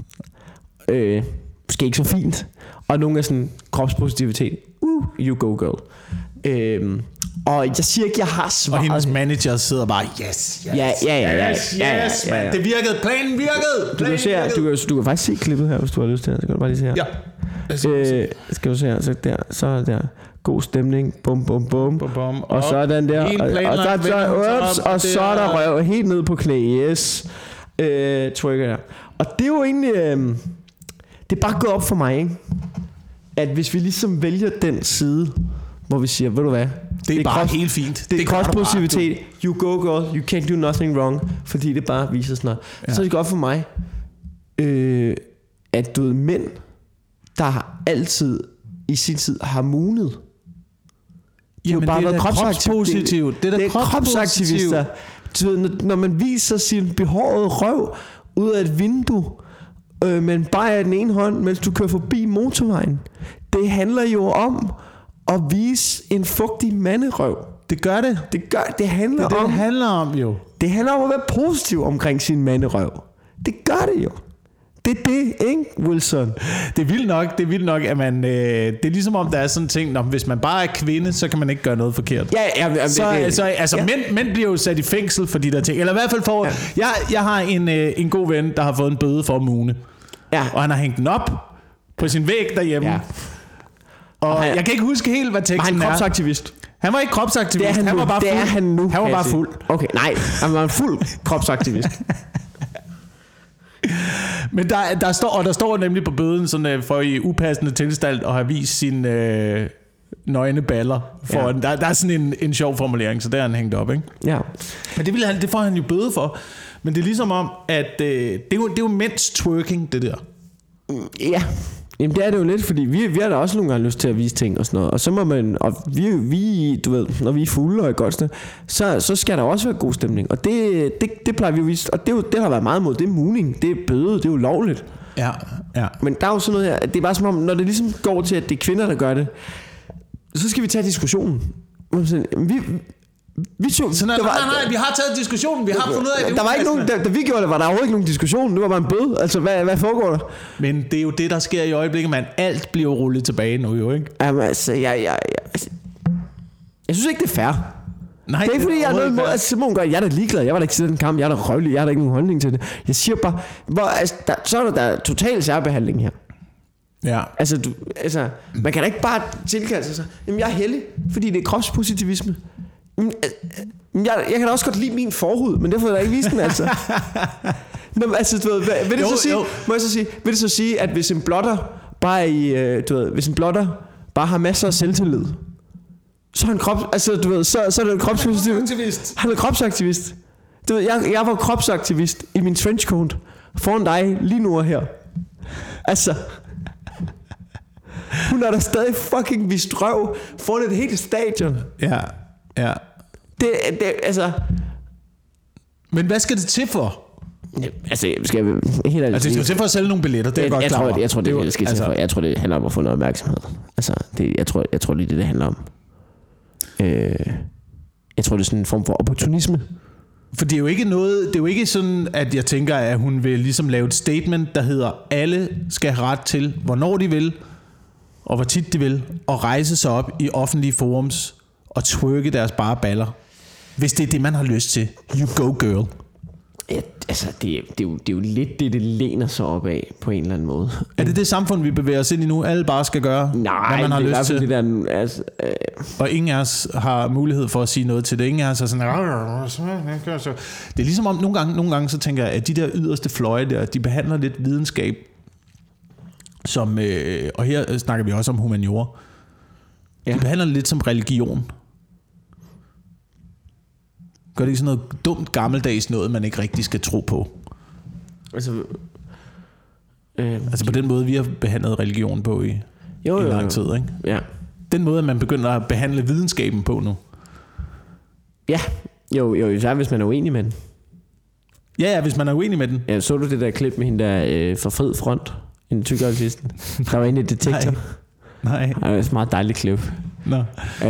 måske ikke så fint. Og nogle er sådan, kropspositivitet. You go girl. Og jeg siger ikke, jeg har svaret. Og hendes manager sidder bare, yes, man. Det virkede, planen virkede. Du kan faktisk se klippet her, hvis du har lyst til det. Så kan du bare lige se her. Ja. Skal du se her, så er der god stemning, bum. Og så er den der, og så er der røv helt ned på knæ, yes. Trykker der. Og det er jo egentlig, det er bare gået op for mig, ikke? At hvis vi ligesom vælger den side, hvor vi siger, ved du hvad, det er bare helt fint. Det er kropspositivitet. You go girl, you can't do nothing wrong. Fordi det bare viser sådan noget. Ja. Så er det godt for mig, at du ved, mænd, der altid i sin tid har munet. Jamen bare det er kropspositivt. Det er kropsaktivister. Når man viser sin behårede røv ud af et vindue, men bare af den ene hånd, mens du kører forbi motorvejen. Det handler jo om at vise en fugtig manderøv. Det gør det. Det handler om. Det handler om jo. Det handler om at være positiv omkring sin manderøv. Det gør det jo. Det er det, ikke, Wilson? Det er vildt nok, at man... det er ligesom om, der er sådan en ting, hvis man bare er kvinde, så kan man ikke gøre noget forkert. Mænd bliver jo sat i fængsel for de der ting. Eller i hvert fald for... Ja. Jeg har en god ven, der har fået en bøde for at mune. Ja. Og han har hængt den op på sin væg derhjemme. Ja. Og jeg kan ikke huske helt, hvad teksten er. Var han kropsaktivist? Han var ikke kropsaktivist. Han var bare fuld. Det er han nu. Han var bare fuld. Okay, nej. Han var en fuld kropsaktivist. Men der står nemlig på bøden sådan, for i upassende tilstand at have vist sine nøgne baller. Ja. Der er sådan en sjov formulering, så der er han hængt op, ikke? Ja. Men det får han jo bøde for. Men det er ligesom om, at det er jo mænds twerking, det der. Ja. Jamen det er det jo lidt, fordi vi har da også nogle gange lyst til at vise ting og sådan noget. Og så må man, og vi du ved, når vi er fulde og i godt sted, så skal der også være god stemning. Og det plejer vi jo at vise. Og det har været meget mod, det er muning, det er bøde, det er jo lovligt. Ja. Men der er jo sådan noget her, det er bare som om, når det ligesom går til, at det er kvinder, der gør det, så skal vi tage diskussionen. Vi har taget diskussionen. Vi har fundet ud af det. Der var ikke nogen, da vi gjorde det, var der overhovedet ikke nogen diskussion. Det var bare en bøde. Altså, hvad foregår der? Men det er jo det, der sker i øjeblikket, man. Alt bliver rullet tilbage nu, jo, ikke? Jamen, altså, jeg synes ikke, det er fair. Nej, det er ikke fordi, jeg er noget imod. Altså, Simon gør, jeg er da ligeglad. Jeg var da ikke til den kamp. Jeg er da røvlig. Jeg har da ikke nogen holdning til det. Jeg siger bare, så er der total særbehandling her. Ja. Altså, man kan da ikke bare tilkalde sig, jamen jeg er heldig, fordi det er kropspositivisme. Jeg kan da også godt lide min forhud, men derfor er der ikke vist den, altså. Nå, altså, du ved, vil det så sige, at hvis en blotter bare har masser af selvtillid, så er han så er det en kropspositivist. Han er kropsaktivist. Du ved, jeg var kropsaktivist i min trenchcoat foran dig lige nu og her. Altså, hun er der stadig fucking vist røv foran et helt stadion. Ja. Det altså. Men hvad skal det til for? Ja, altså, skal jeg helt ærligt. Altså, det skal til for at sælge nogle billetter. Det er godt klar over. Jeg tror det skal til for. Jeg tror det handler om at få noget opmærksomhed. Altså, jeg tror lige det handler om. Jeg tror det er sådan en form for opportunisme. For det er jo ikke noget, det er jo ikke sådan, at jeg tænker, at hun vil ligesom lave et statement, der hedder, alle skal have ret til, hvornår de vil, og hvor tit de vil, og rejse sig op i offentlige forums og twerke deres bare baller. Hvis det er det, man har lyst til. You go, girl. Ja, altså, det er jo lidt det læner sig op af på en eller anden måde. Er det samfund, vi bevæger os ind i nu? Alle bare skal gøre, hvad man har lyst til? Det altså, og ingen af os har mulighed for at sige noget til det. Ingen af os er sådan... Det er ligesom om, nogle gange så tænker jeg, at de der yderste fløje der, de behandler lidt videnskab, som, og her snakker vi også om humaniora. Ja. De behandler det lidt som religion. Gør det ikke sådan noget dumt gammeldags noget, man ikke rigtig skal tro på? Altså på den måde, vi har behandlet religion på i lang tid, ikke? Ja. Den måde, man begynder at behandle videnskaben på nu. Ja, jo, især hvis man er uenig med den. Ja, hvis man er uenig med den. Ja, så du det der klip med hende der fra Fed Front, en tykkerartisten, der var inde i Detektor? Nej. Det er et meget dejligt klip. Nå.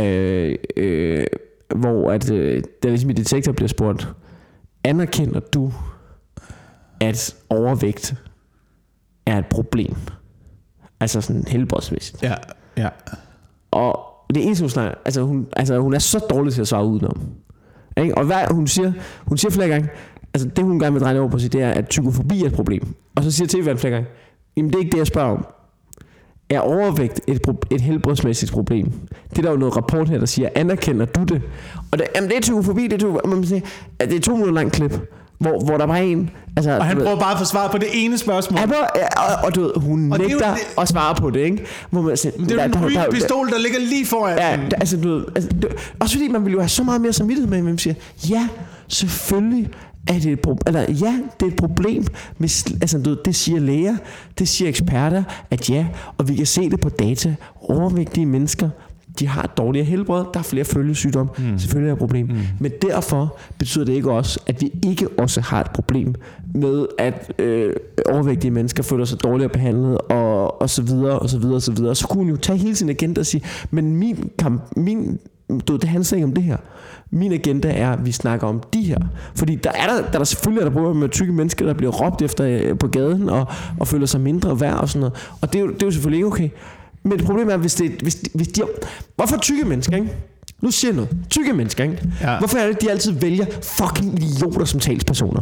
Hvor at der ligesom i Detektor bliver spurgt, anerkender du, at overvægt er et problem? Altså sådan helbredsmæssigt. Ja. Og det eneste hun snakker, hun er så dårlig til at svare udenom. Ikke? Og hvad hun siger flere gange, altså det hun gerne vil dreje over på sig, det er, at tykofobi er et problem. Og så siger TV-vært flere gange, jamen det er ikke det jeg spørger om. Er overvægt et helbredsmæssigt problem? Det er der jo noget rapport her, der siger, anerkender du det? Og det er tykofobi, det er 2 minutter langt klip, hvor der var en... Altså, og han prøver bare at få svar på det ene spørgsmål. Og du ved, hun nægter at svare på det, ikke? Hvor man siger, det er jo en rygepistol, der ligger lige foran. Ja, altså du ved... også fordi man vil jo have så meget mere samvittighed med, at man siger, ja, selvfølgelig er det et problem. Eller ja, det er et problem. Altså du ved, det siger læger, det siger eksperter, at ja, og vi kan se det på data. Overvægtige mennesker, de har et dårligere helbred, der er flere følgesygdomme. Selvfølgelig er det et problem. Men derfor betyder det ikke også, at vi ikke også har et problem med, at overvægtige mennesker føler sig dårligere behandlet, og så videre, og så videre, og så videre. Så kunne hun jo tage hele sin agenda og sige, men det handler ikke om det her. Min agenda er, at vi snakker om de her. Fordi der selvfølgelig er der problemer med tykke mennesker, der bliver råbt efter på gaden, og føler sig mindre værd og sådan noget. Og det er jo selvfølgelig ikke okay. Men det problem er, hvis de... Hvorfor tykke mennesker, ikke? Nu siger jeg noget. Tykke mennesker, ikke? Ja. Hvorfor er det, at de altid vælger fucking idioter som talspersoner?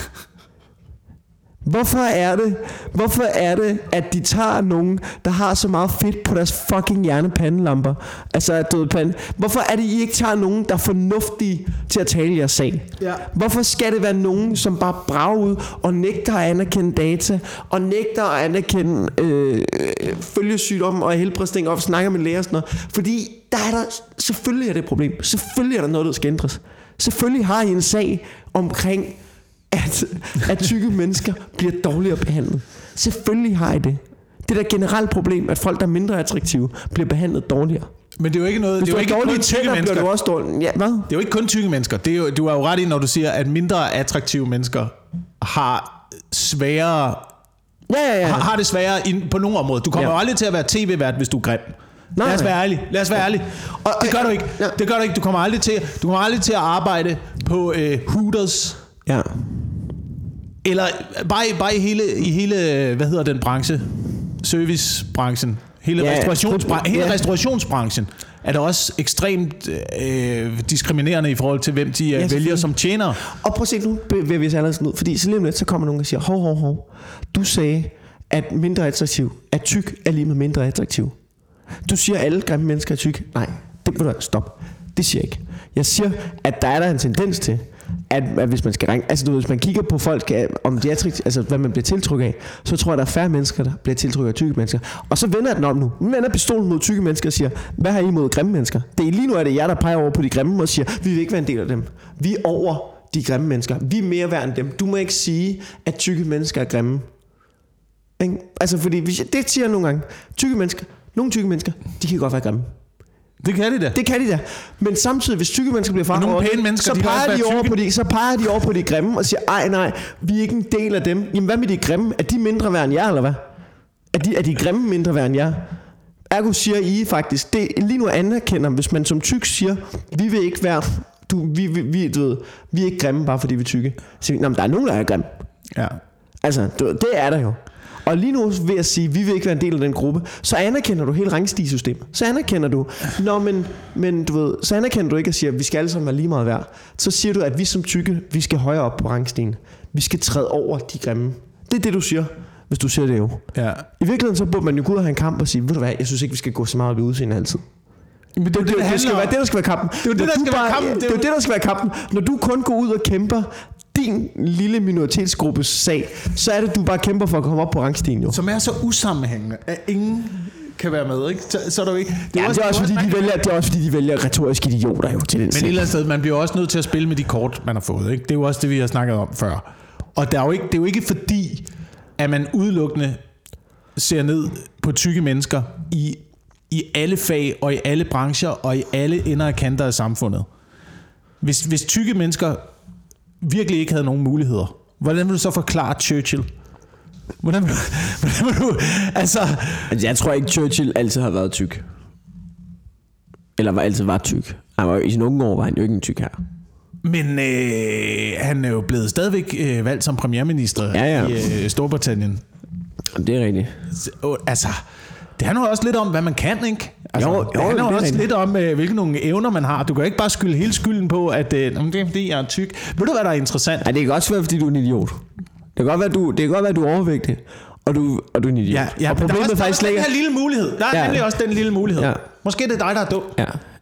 Hvorfor er det, at de tager nogen, der har så meget fedt på deres fucking hjernepandelamper? Altså døde pande. Hvorfor er det, I ikke tager nogen, der er fornuftige til at tale jeres sag? Ja. Hvorfor skal det være nogen, som bare brager ud og nægter at anerkende data, og nægter at anerkende følgesygdomme og helbredsting, og snakker med læger og sådan noget? Fordi selvfølgelig er det et problem. Selvfølgelig er der noget, der skal ændres. Selvfølgelig har I en sag omkring at tykke mennesker bliver dårligere behandlet. Selvfølgelig har I det. Det er da generelt problem, at folk, der er mindre attraktive, bliver behandlet dårligere. Men det er jo ikke noget. Det er jo ikke kun tykke mennesker. Du også dårlig. Ja, hvad? Det er jo ikke kun tykke mennesker. Du er jo ret i, når du siger, at mindre attraktive mennesker har sværere. Ja. Har det sværere på nogle områder. Du kommer jo aldrig til at være tv-vært, hvis du er grim. Lad os være ærlig. Og det gør du ikke. Ja. Det gør du ikke. Du kommer aldrig til at arbejde på Hooters. Ja. Eller bare i hele hvad hedder den branche? Servicebranchen. Hele restaurationsbranchen er der også ekstremt diskriminerende i forhold til hvem de vælger som tjenere. Og prøv at se, nu bevæger vi os allerede ud, fordi så lige om lidt så kommer nogen og siger, hov, du sagde, at mindre attraktiv, at tyk er lige med mindre attraktiv. Du siger, at alle grimme mennesker er tyk. Nej, det må du stop. Det siger jeg ikke. Jeg siger, at der er en tendens til, at hvis man skal ranke, altså du ved, hvis man kigger på folk, om de er altså hvad man bliver tiltrukket af, så tror jeg, der er færre mennesker, der bliver tiltrukket af tykke mennesker. Og så vender den om nu. Nu vender pistolen mod tykke mennesker og siger, hvad har I mod grimme mennesker? Lige nu er det jer, der peger over på de grimme og siger, vi vil ikke være en del af dem. Vi er over de grimme mennesker. Vi er mere værd end dem. Du må ikke sige, at tykke mennesker er grimme. Ikke? Altså fordi, det siger jeg nogle gange. Nogle tykke mennesker, de kan godt være grimme. Det kan de da. Det kan de da. Men samtidig, hvis tykke mennesker bliver farvet over, så peger de over på de grimme og siger, ej nej, vi er ikke en del af dem. Jamen hvad med de grimme? Er de mindre værd end jer, eller hvad? Er de grimme mindre værd end jer? Ergo siger I faktisk, det lige nu anerkender, hvis man som tyk siger, vi vil ikke være, vi er ikke grimme, bare fordi vi er tykke. Så men der er nogen, der er grimme. Ja. Altså, det er der jo. Og lige nu ved at sige, vi vil ikke være en del af den gruppe, så anerkender du hele rangstigesystemet. Så anerkender du, men du ved, så anerkender du ikke at sige, at vi skal alle sammen være lige meget værd. Så siger du, at vi som tykke, vi skal højere op på rangstigen. Vi skal træde over de grimme. Det er det, du siger, hvis du siger det jo. Ja. I virkeligheden så burde man jo gå ud og have en kamp og sige, ved du hvad, jeg synes ikke, vi skal gå så meget op i udseende altid. Men det skal være det, der skal være kampen. Det er det, der skal være kampen. Når du kun går ud og kæmper din lille minoritetsgruppes sag, så er det, du bare kæmper for at komme op på rangstigen jo. Som er så usammenhængende, at ingen kan være med, ikke? Så er du ikke. Det er også fordi de vælger retoriske idioter jo til den. Men et eller andet sted, man bliver også nødt til at spille med de kort, man har fået, ikke? Det er jo også det, vi har snakket om før. Og det er jo ikke fordi, at man udelukkende ser ned på tykke mennesker i alle fag og i alle brancher og i alle ender og kanter af samfundet. Hvis tykke mennesker virkelig ikke havde nogen muligheder, hvordan vil du så forklare Churchill? Hvordan vil du altså jeg tror ikke Churchill altid har været tyk. Eller altid var tyk. I sine unge år var han jo ikke en tyk her. Men han er jo blevet stadigvæk valgt som premierminister i Storbritannien. Det er rigtigt. Altså, det handler også lidt om, hvad man kan, ikke? Altså, det handler også lidt om, hvilke nogle evner man har. Du kan ikke bare skylde hele skylden på, at det er fordi, jeg er tyk. Ved du, hvad der er interessant? Ja, det kan også være, fordi du er en idiot. Det kan godt være, du er overvægtig, og du er en idiot. Ja, og problemet der er faktisk også den her lille mulighed. Der er nemlig også den lille mulighed. Ja. Måske det er dig, der er dum. Ja.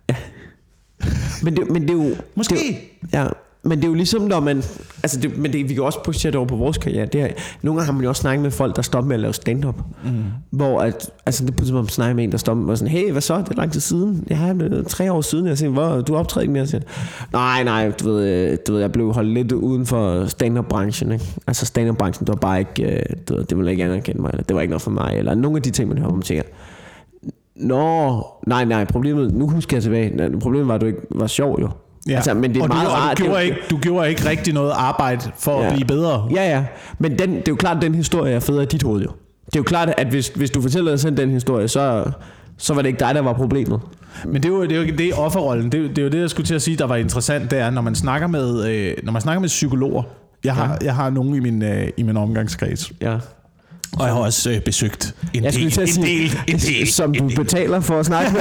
Men det er jo... Måske. Men det er jo ligesom, når man... Altså vi kan også pushe det over på vores karriere. Nogle gange har man jo også snakket med folk, der stopper med at lave stand-up. Hvor at... Altså det pludselig man snakker med en, der stopper og sådan, hey, hvad så? Det er lang tid siden. Det er 3 år siden. Jeg siger, hvor du optræder ikke mere? Jeg siger, nej, du ved, jeg blev holdt lidt uden for stand-up-branchen. Ikke? Altså stand-up-branchen, det var bare ikke... det ville ikke anerkende mig. Eller det var ikke noget for mig. Eller nogle af de ting, man hører om, man tænker... Nej, problemet... Nu husker jeg tilbage. Problemet var, at du ikke var sjov, jo. Ja. Altså, men det er meget rart. Du gjorde ikke rigtig noget arbejde for at blive bedre. Ja. Men det er jo klart, at den historie er federe i dit hoved, jo. Det er jo klart, at hvis du fortæller selv den historie, så var det ikke dig, der var problemet. Men det er jo det offerrollen. Det er jo det, jeg skulle til at sige, der var interessant. Det er, når man snakker med psykologer. Jeg har nogen i min omgangskreds. Ja. Og jeg har også besøgt en del. Som du betaler for at snakke med.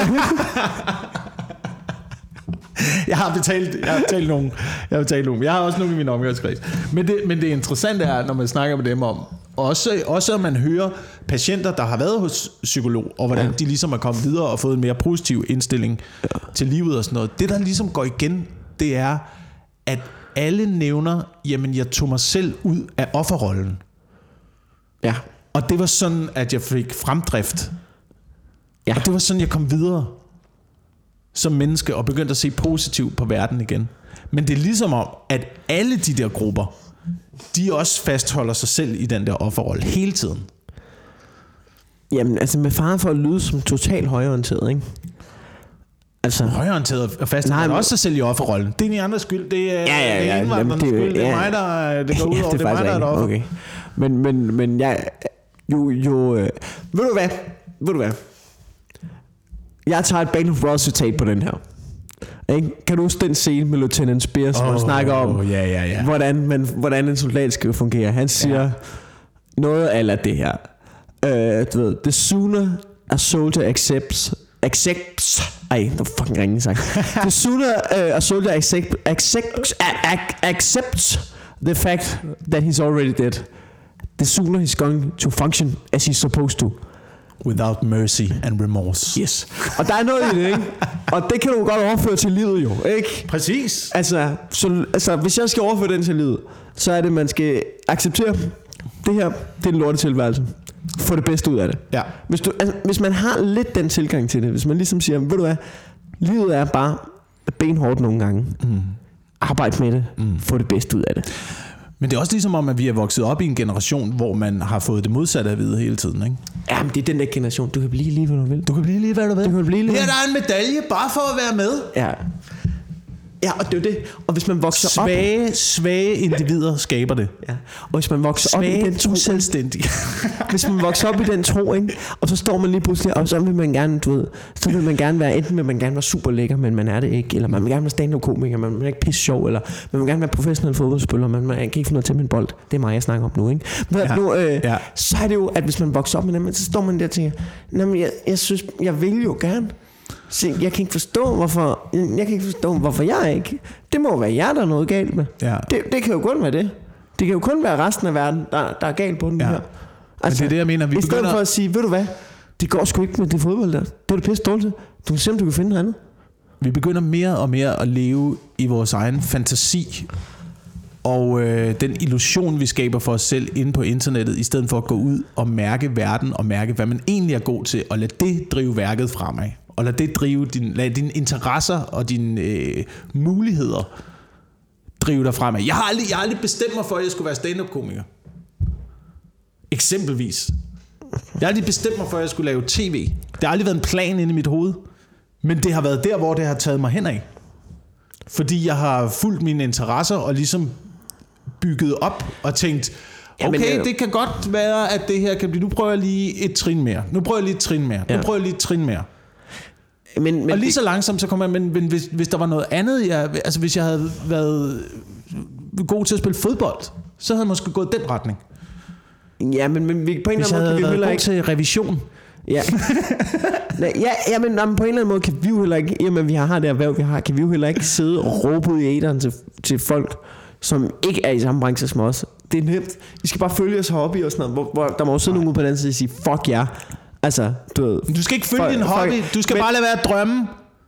Jeg har betalt nogen. Jeg har også nogle i min omgangskreds. Men det interessante er, når man snakker med dem om, også at man hører patienter, der har været hos psykolog, og hvordan de ligesom er kommet videre og fået en mere positiv indstilling til livet og sådan noget. Det, der ligesom går igen, det er, at alle nævner, jamen jeg tog mig selv ud af offerrollen. Ja. Og det var sådan, at jeg fik fremdrift. Ja. Og det var sådan, jeg kom videre som menneske og begyndte at se positivt på verden igen. Men det er ligesom om, at alle de der grupper, de også fastholder sig selv i den der offerrolle hele tiden. Jamen, altså med fare for at lyde som totalt højreorienteret, ikke? Altså højreorienteret og fastholder også sig selv i offerrollen. Det er de andres skyld. Det er indvandrernes skyld. Det er mig, der det går ud over. Det er mig, der er et offer. Okay. Men jeg... Ved du hvad? Jeg tager et Band of Brothers citat på den her. Ikke? Kan du huske den scene med Lieutenant Spears, hvor han snakker om, hvordan en soldat skal fungere? Han siger noget af det her. Du ved, the sooner a soldier accepts the fucking ringen sagt. The sooner a soldier accepts the fact that he's already dead, the sooner he's going to function as he's supposed to. Without mercy and remorse. Yes. Og der er noget i det, ikke? Og det kan du godt overføre til livet jo, ikke? Præcis. Altså, hvis jeg skal overføre den til livet, så er det, man skal acceptere, det her, det er en lortetilværelse. Få det bedste ud af det. Ja. Hvis man har lidt den tilgang til det, hvis man ligesom siger, ved du hvad, livet er bare benhårdt nogle gange. Arbejd med det. Få det bedste ud af det. Men det er også ligesom om, at vi er vokset op i en generation, hvor man har fået det modsatte at vide hele tiden, ikke? Jamen, det er den der generation. Du kan blive lige, hvad du vil. Du kan blive lige, hvad du vil. Du kan blive lige, her der er en medalje, bare for at være med. Ja. Ja, og det er jo det. Og hvis man vokser svage individer skaber det. Ja. Og hvis man vokser op i den tro, selvstændige. hvis man vokser op i den tro, ikke? Og så står man lige pludselig, og så vil man gerne, du ved, så vil man gerne være, enten vil man gerne være super lækker, men man er det ikke, eller man vil gerne være stand-up-komiker, man er ikke pisse sjov, eller man vil gerne være professionel fodboldspiller, man kan ikke få noget til med en bold. Det er mig, jeg snakker om nu, ikke? Men så er det jo, at hvis man vokser op med dem, så står man der og tænker, jeg synes, jeg vil jo gerne. Jeg kan ikke forstå, hvorfor jeg ikke. Det må være jer, der er noget galt med. Ja. Det kan jo kun være det. Det kan jo kun være resten af verden, der er galt på den her. Altså, det er det, jeg mener. I stedet for at sige, ved du hvad, det går sgu ikke med det fodbold der. Det er det pisse dårligt. Du kan se, om du kan finde noget andet. Vi begynder mere og mere at leve i vores egen fantasi. Og den illusion, vi skaber for os selv inde på internettet, i stedet for at gå ud og mærke verden, og mærke, hvad man egentlig er god til, og lade det drive værket fremad. Og lad det drive dine interesser og dine muligheder drive dig fremad. Jeg har aldrig bestemt mig for, at jeg skulle være stand-up-komiker. Eksempelvis. Jeg har aldrig bestemt mig for, at jeg skulle lave tv. Det har aldrig været en plan inde i mit hoved. Men det har været der, hvor det har taget mig henad. Fordi jeg har fulgt mine interesser og ligesom bygget op og tænkt, okay, det kan godt være, at det her kan blive... Nu prøver jeg lige et trin mere. Nu prøver jeg lige et trin mere. Nu prøver jeg lige et trin mere. Men og lige så langsomt så kommer jeg, men hvis der var noget andet, altså hvis jeg havde været god til at spille fodbold, så havde jeg måske gået den retning. Ja, men vi på en eller anden måde kan vi heller ikke til revision. Ja. Men på en eller anden måde kan vi jo heller ikke, i og med at vi har det erhverv vi har, kan vi jo heller ikke sidde og råbe ud i æteren til folk, som ikke er i samme branche som os. Det er nemt. Vi skal bare følge os heroppe i og sådan noget, hvor der må jo sidde nogen ude på den anden side og sige fuck jer. Altså, du ved, du skal ikke følge din hobby. Du skal bare lade være at drømme.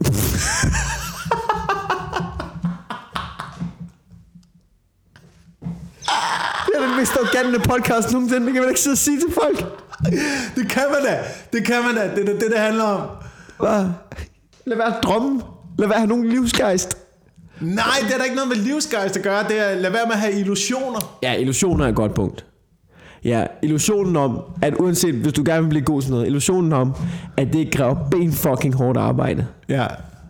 Det er den mest arrogante podcast nogensinde. Det kan man ikke sidde og sige til folk. Det kan man da. Det er det handler om. Lad være at drømme. Lad være at have nogen livsgejst. Nej, det er der ikke noget med livsgejst at gøre. Det er lad være med at have illusioner. Ja, illusioner er et godt punkt. Ja, illusionen om, at uanset hvis du gerne vil blive god til noget, illusionen om, at det kræver fucking hårdt arbejde. Ja.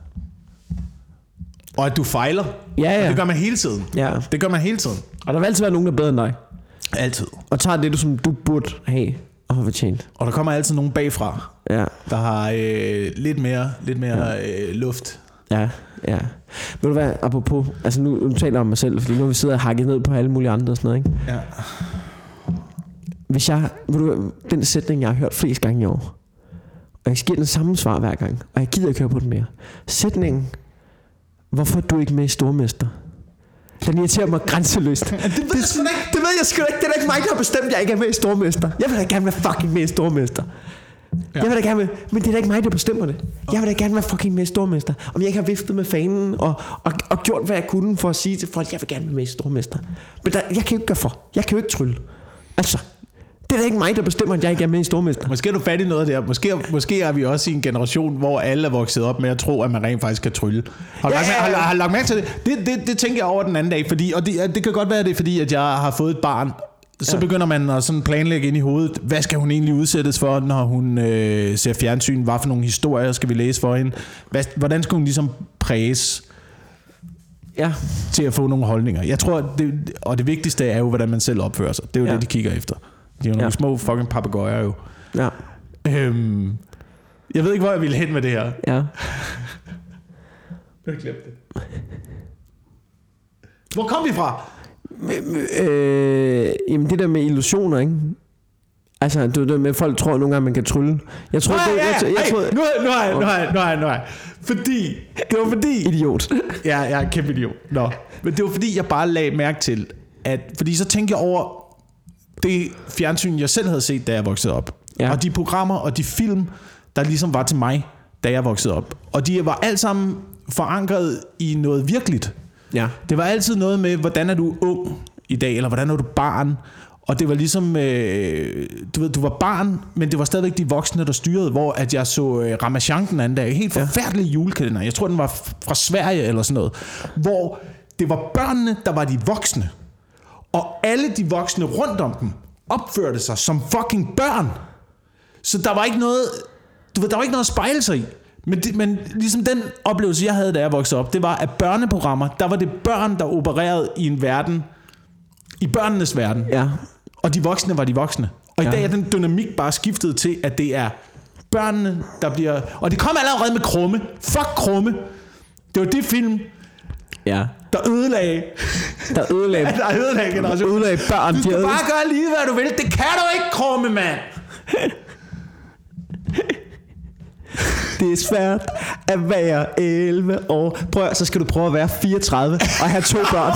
Og at du fejler. Ja. Og det gør man hele tiden. Ja. Det gør man hele tiden. Og der vil altid være nogen, der er bedre end dig. Altid. Og tager det, som du burde have og have fortjent. Og der kommer altid nogen bagfra, der har lidt mere luft. Ja. Ved du hvad, apropos, altså nu taler jeg om mig selv, fordi nu har vi siddet og hakket ned på alle mulige andre og sådan noget, ikke? Ja. Hvis jeg, den sætning, jeg har hørt flest gange i år, og jeg giver den samme svar hver gang, og jeg gider ikke høre på den mere. Sætningen, hvorfor er du ikke med i Stormester? Den irriterer mig grænseløst. Det ved jeg sgu da ikke. Det er da ikke mig, der har bestemt, at jeg ikke er med i Stormester. Jeg vil da gerne være fucking med i Stormester. Ja. Jeg vil da gerne med, men det er da ikke mig, der bestemmer det. Jeg vil da gerne være fucking med i Stormester. Om jeg ikke har viftet med fanen og gjort, hvad jeg kunne for at sige til folk, jeg vil gerne være med i Stormester. Men jeg kan jo ikke gøre for. Jeg kan jo ikke trylle. Altså, det er da ikke mig, der bestemmer, at jeg ikke er med i Stormester. Måske er du fat i noget der. Måske er vi også i en generation, hvor alle er vokset op med at tro, at man rent faktisk kan trylle. Har lagt mærke til det? Det tænker jeg over den anden dag, fordi, og det kan godt være, det er fordi, at jeg har fået et barn. Så begynder man at sådan planlægge ind i hovedet, hvad skal hun egentlig udsættes for, når hun ser fjernsyn? Hvad for nogle historier skal vi læse for hende? Hvordan skal hun ligesom præges til at få nogle holdninger? Jeg tror, det vigtigste er jo, hvordan man selv opfører sig. Det er jo det, de kigger efter. De er jo nogle små fucking papegøjer jo. Ja. Jeg ved ikke, hvor jeg ville hen med det her. Ja. Jeg har glemt det. Hvor kom vi fra? Jamen det der med illusioner, ikke? Altså det med folk tror nogle gange man kan trylle. Jeg tror nu har jeg. Det var fordi idiot. Ja, jeg er kæmpe idiot. Men det var fordi jeg bare lagde mærke til at fordi så tænkte jeg over det fjernsyn, jeg selv havde set, da jeg voksede op. Ja. Og de programmer og de film, der ligesom var til mig, da jeg voksede op. Og de var alt sammen forankret i noget virkeligt. Ja. Det var altid noget med, hvordan er du ung i dag, eller hvordan er du barn. Og det var ligesom, du var barn, men det var stadigvæk de voksne, der styrede, hvor at jeg så Ramachan den anden dag. Helt forfærdelig julekalender. Jeg tror, den var fra Sverige eller sådan noget. Hvor det var børnene, der var de voksne. Og alle de voksne rundt om dem opførte sig som fucking børn. Så der var ikke noget, der var ikke noget at spejle sig i. Men ligesom den oplevelse, jeg havde, da jeg voksede op, det var, at børneprogrammer, der var det børn, der opererede i en verden, i børnenes verden. Ja. Og de voksne var de voksne. Og i dag er den dynamik bare skiftet til, at det er børnene, der bliver... Og det kom allerede med Krumme. Fuck Krumme. Det var det film, der ødelagde generationen. Ødelagde børn. Du skal bare gøre lige, hvad du vil. Det kan du ikke, Krumme, mand. Det er svært at være 11 år. Så skal du prøve at være 34 og have 2 børn.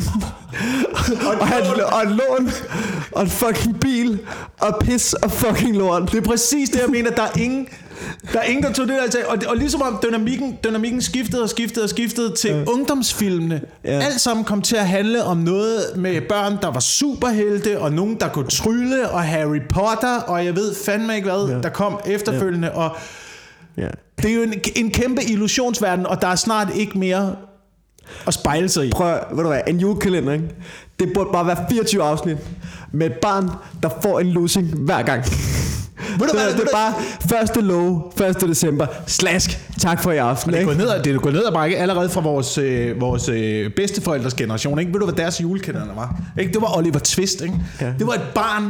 og en lån og en fucking bil og pis og fucking lort. Det er præcis det, jeg mener. Der er ingen, der tog det der til. Og ligesom om dynamikken skiftede til ungdomsfilmene. Ja. Alt sammen kom til at handle om noget med børn, der var superhelte, og nogen, der kunne trylle, og Harry Potter, og jeg ved fandme ikke hvad, der kom efterfølgende. Og det er jo en kæmpe illusionsverden, og der er snart ikke mere at spejle sig i. Prøv, ved du hvad, en julekalender, ikke? Det burde bare være 24 afsnit med et barn, der får en losing hver gang. Det er bare 1. lov, 1. december, slask, tak for i aften. Det er gået ned ad bakke allerede fra vores bedsteforældres generation. Ikke? Ved du, hvad deres julekalender var? Ikke? Det var Oliver Twist. Ikke? Ja. Det var et barn,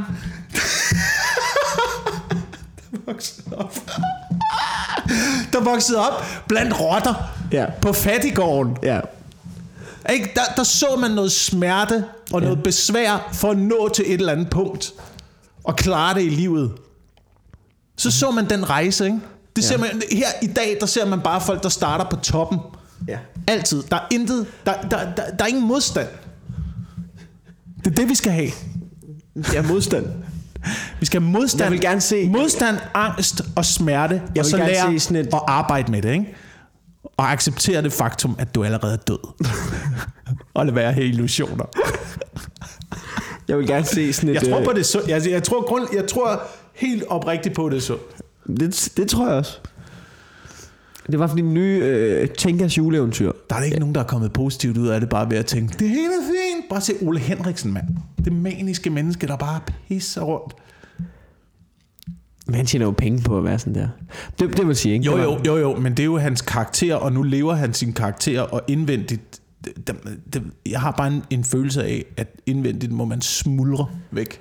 der voksede op blandt rotter på fattiggården. Ja. Ikke? Der så man noget smerte og noget besvær for at nå til et eller andet punkt og klare det i livet. Så man den rejse, ikke? Det ser man, her i dag, der ser man bare folk, der starter på toppen. Ja. Altid. Der er intet, der er ingen modstand. Det er det, vi skal have. Ja, modstand. Vi skal have modstand. Jeg vil gerne se modstand, angst og smerte. Og så lære at arbejde med det, ikke? Og acceptere det faktum, at du allerede er død. Og lade være her illusioner. Jeg vil gerne se sådan et... Jeg tror på det sundt. Jeg tror helt oprigtigt på det sundt. Det tror jeg også. Det var for din nye Tinkas juleeventyr. Der er ikke nogen, der er kommet positivt ud af det, bare ved at tænke, det hele er fint. Bare se Ole Henriksen, mand. Det maniske menneske, der bare pisser rundt. Men han tjener jo penge på at være sådan der. Det vil sige, ikke? Jo, men det er jo hans karakter, og nu lever han sin karakter, og indvendigt... Jeg har bare en følelse af, at indvendigt må man smuldre væk.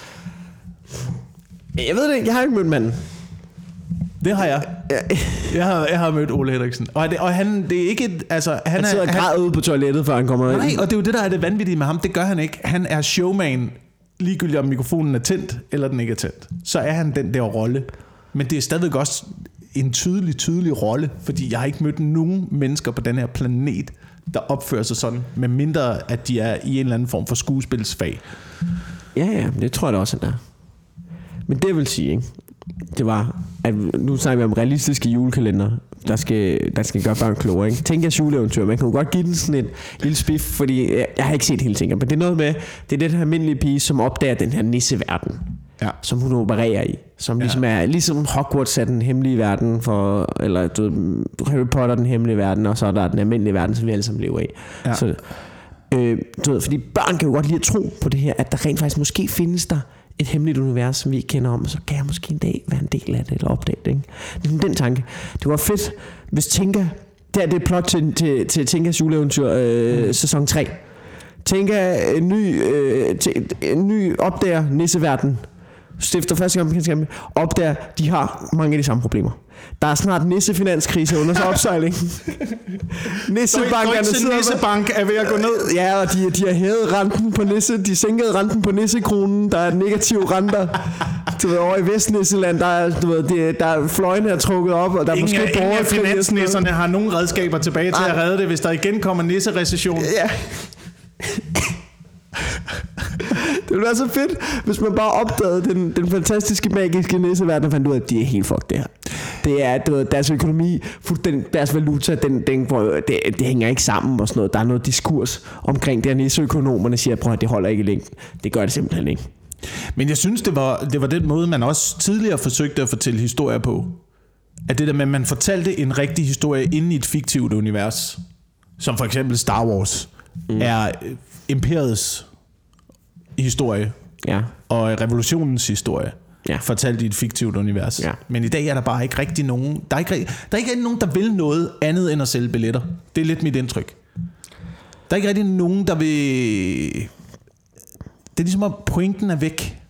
Jeg ved det ikke, jeg har ikke mødt manden. Det har jeg. Jeg har mødt Ole Henriksen. Og han, det er ikke... Altså, han sidder og græder ude på toilettet, før han kommer ind. Nej, og det er jo det, der er det vanvittige med ham. Det gør han ikke. Han er showman, ligegyldigt om mikrofonen er tændt, eller den ikke er tændt. Så er han den der rolle. Men det er stadigvæk også en tydelig rolle, fordi jeg har ikke mødt nogen mennesker på den her planet, der opfører sig sådan, med mindre at de er i en eller anden form for skuespilsfag. Ja, det tror jeg da også, han er. Men det vil sige, ikke? Det var, at nu snakker vi om realistiske julekalender, der skal gøre børn klogere, ikke? Tinkas juleeventyr, man kan jo godt give den sådan et lille spiff, fordi jeg har ikke set hele Tinka, men det er noget med, det er den her almindelige pige, som opdager den her nisseverden, som hun opererer i, som ligesom er ligesom Hogwarts er den hemmelige verden for, eller Harry Potter den hemmelige verden, og så er der den almindelige verden, som vi alle sammen lever i. Ja. Så, fordi børn kan jo godt lide at tro på det her, at der rent faktisk måske findes der et hemmeligt univers, som vi ikke kender om, og så kan jeg måske en dag være en del af det, eller opdage det, ikke? Det er den tanke. Det var fedt, hvis Tinka, det er plot til Tinkas juleeventyr, sæson 3. Tinka, en ny opdager nisseverden, stifter første gang bekendtskab med, opdager, de har mange af de samme problemer. Der er snart nissefinanskrise under opsejling. Nissebank er ved at gå ned. Ja, og de har hævet renten på nisse. De sænkede renten på nissekronen. Der er negative renter. Du ved, over i Vestnisseland, der er fløjene er trukket op, og der er måske ingen af finansnisserne har nogen redskaber tilbage til at redde det, hvis der igen kommer nisserecession. Ja. Det ville være så fedt, hvis man bare opdagede den fantastiske, magiske nisseverden, og fandt ud af, at de er helt fucked, det her. Det er, du ved, deres økonomi, deres valuta, det hænger ikke sammen og sådan noget. Der er noget diskurs omkring det, og nisseøkonomerne siger, prøv at det holder ikke i længden. Det gør det simpelthen ikke. Men jeg synes, det var den måde, man også tidligere forsøgte at fortælle historier på. At det der med, at man fortalte en rigtig historie inde i et fiktivt univers, som for eksempel Star Wars, er imperiets historie, og revolutionens historie, fortalt i et fiktivt univers. Ja. Men i dag er der bare ikke rigtig nogen, der er ikke rigtig nogen, der vil noget andet end at sælge billetter. Det er lidt mit indtryk. Der er ikke rigtig nogen, der vil... Det er ligesom, at pointen er væk.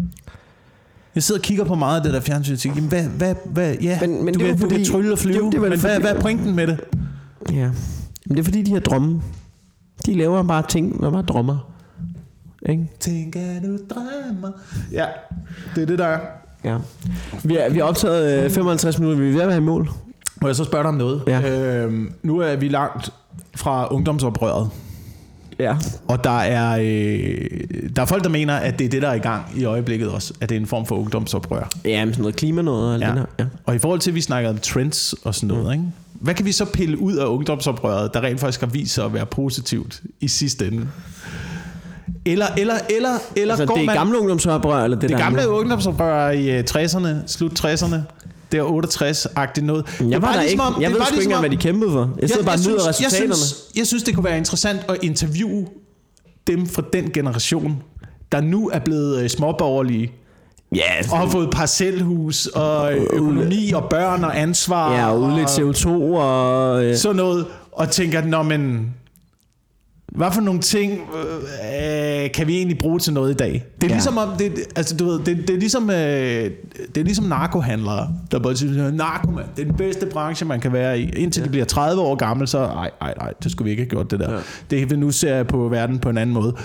Jeg sidder og kigger på meget af det der fjernsyn og tænker, hvad ja, men du kan trylle og flyve, men hvad er pointen med det? Ja, men det er fordi, de her drømme, de laver bare ting, når man drømmer. Ikke? Tænker du drømmer. Ja, det er det der er. Ja. Vi har optaget 55 minutter. Vi er ved at være i mål. Må jeg så spørge dig om noget? Ja. Nu er vi langt fra ungdomsoprøret. Ja. Og der er folk, der mener, at det er det, der er i gang i øjeblikket også. At det er en form for ungdomsoprør. Ja, med sådan noget klima noget. Ja. Ja. Og i forhold til, at vi snakker om trends og sådan noget, ikke? Hvad kan vi så pille ud af ungdomsoprøret, der rent faktisk har vist sig at være positivt i sidste ende? Eller altså, går det er gamle ungdomsoprør, eller det der gamle ungdomsoprør i 60'erne, slut 60'erne. Det er 68-agtigt noget. Jeg var der ligesom ikke. Jeg ved sgu ikke engang, hvad de kæmpede for. Jeg sidder bare og nyder resultaterne. Jeg synes, det kunne være interessant at interviewe dem fra den generation, der nu er blevet småborgerlige. Ja, og har fået parcelhus og økonomi og børn og ansvar. Ja, og udledt CO2 og... sådan noget. Og tænker, nå men... Hvad for nogle ting kan vi egentlig bruge til noget i dag? Det er ligesom om det er ligesom narkohandlere, der bare siger, narkoman, det er den bedste branche man kan være i. Indtil de bliver 30 år gammel, så nej, det skulle vi ikke have gjort det der. Ja. Det vi nu ser på verden på en anden måde.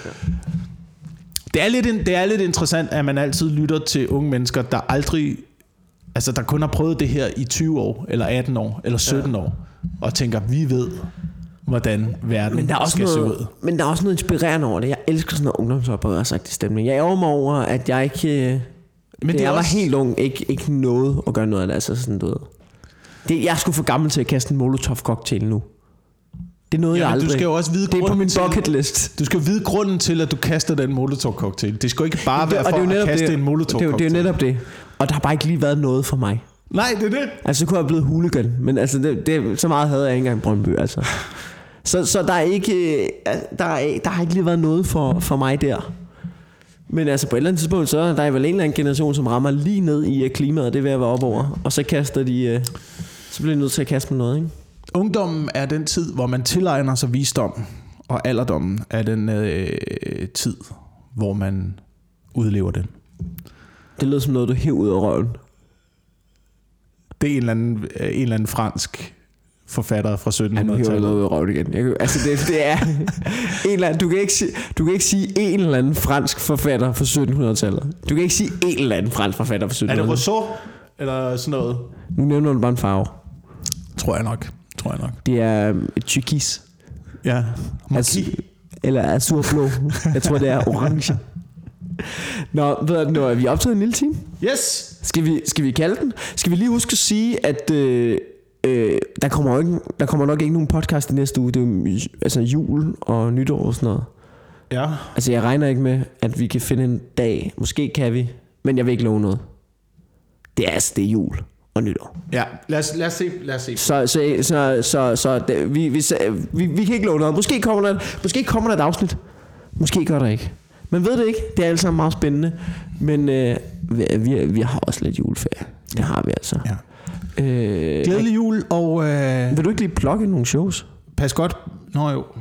Ja. Det er lidt interessant, at man altid lytter til unge mennesker, der aldrig, altså der kun har prøvet det her i 20 år eller 18 år eller 17 år, og tænker, vi ved hvordan verden skal se ud. Men der er også noget inspirerende over det. Jeg elsker sådan noget ungdomsoprør sagt i stemning. Jeg ærger mig over, at jeg ikke... Men jeg var helt ung, ikke noget at gøre noget af det. Altså sådan noget. Jeg er sgu for gammel til at kaste en Molotov-cocktail nu. Det er noget, jeg aldrig... Du skal jo også vide det er på min bucket list. Du skal vide grunden til, at du kaster den Molotov-cocktail. Det skal ikke bare være for at kaste en Molotov-cocktail. Det er jo netop det. Og der har bare ikke lige været noget for mig. Nej, det er det. Altså, så kunne jeg blive hooligan. Men altså, så meget havde jeg ikke engang Brøndby, altså. Så der er ikke der har ikke lige været noget for mig der. Men altså på et eller andet tidspunkt, så der er vel en eller anden generation, som rammer lige ned i klimaet, det vil jeg være op over. Og så kaster de, så bliver de nødt til at kaste med noget, ikke? Ungdommen er den tid, hvor man tilegner sig visdom, og alderdommen er den tid, hvor man udlever den. Det lyder som noget, du hiver ud af røven. Det er en eller anden fransk forfatter fra 1700-tallet. Ja, nu noget ud af røven igen. Altså det er en eller anden, du kan ikke sige en eller anden fransk forfatter fra 1700-tallet. Du kan ikke sige en eller anden fransk forfatter fra 1700-tallet. Er det Rousseau eller sådan noget? Nu nævner du bare en farve. Tror jeg nok. Det er turquoise. Ja. Eller azurblå. Jeg tror det er orange. Nå, nu er vi optaget en lille time. Yes. Skal vi kalde den? Skal vi lige huske at sige, at der kommer nok ikke nogen podcast i næste uge. Det er jo altså jul og nytår og sådan noget. Ja. Altså jeg regner ikke med, at vi kan finde en dag. Måske kan vi, men jeg vil ikke love noget. Det er jul og nytår. Ja, lad os se. Så vi kan ikke love noget. Måske kommer der et afsnit. Måske gør der ikke. Man ved det ikke. Det er alt sammen meget spændende. Men vi har også lidt juleferie. Det har vi altså. Ja. Glædelig jul. Og vil du ikke lige plukke nogle shows? Pas godt. Nå jo.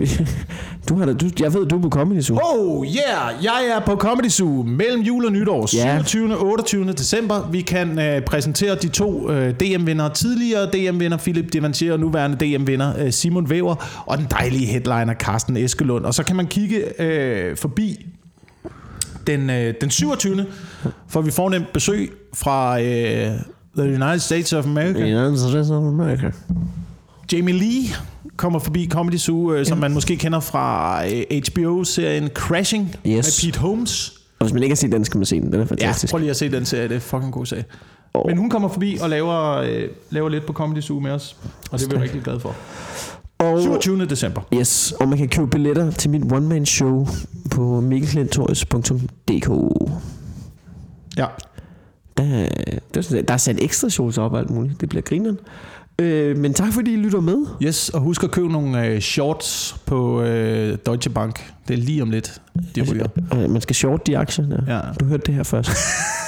Jeg ved, du er på Comedy Zoo. Oh yeah, jeg er på Comedy Zoo mellem jul og nytår, 27. og 28. december. Vi kan præsentere de to DM-vindere, tidligere DM-vinder Philip Devanchier og nuværende DM-vinder Simon Væver, og den dejlige headliner Carsten Eskelund. Og så kan man kigge forbi den 27. for vi får nemt besøg fra The United States of America. United States of America. Jamie Lee kommer forbi Comedy Zoo, som man måske kender fra HBO-serien Crashing med Pete Holmes. Og hvis man ikke har set den, skal man se den. Den er fantastisk. Ja, prøv lige at se den serie. Det er fucking god serie. Men hun kommer forbi og laver lidt på Comedy Zoo med os. Og det er vi rigtig glade for. 27. december. Yes, og man kan købe billetter til mit one-man-show på mikkelklintorius.dk. Ja. Der er sat ekstra shows op og alt muligt. Det bliver grineren. Men tak fordi I lytter med. Yes, og husk at købe nogle shorts på Deutsche Bank. Det er lige om lidt, de ryger. Man skal short de aktier. Ja. Du hørte det her først.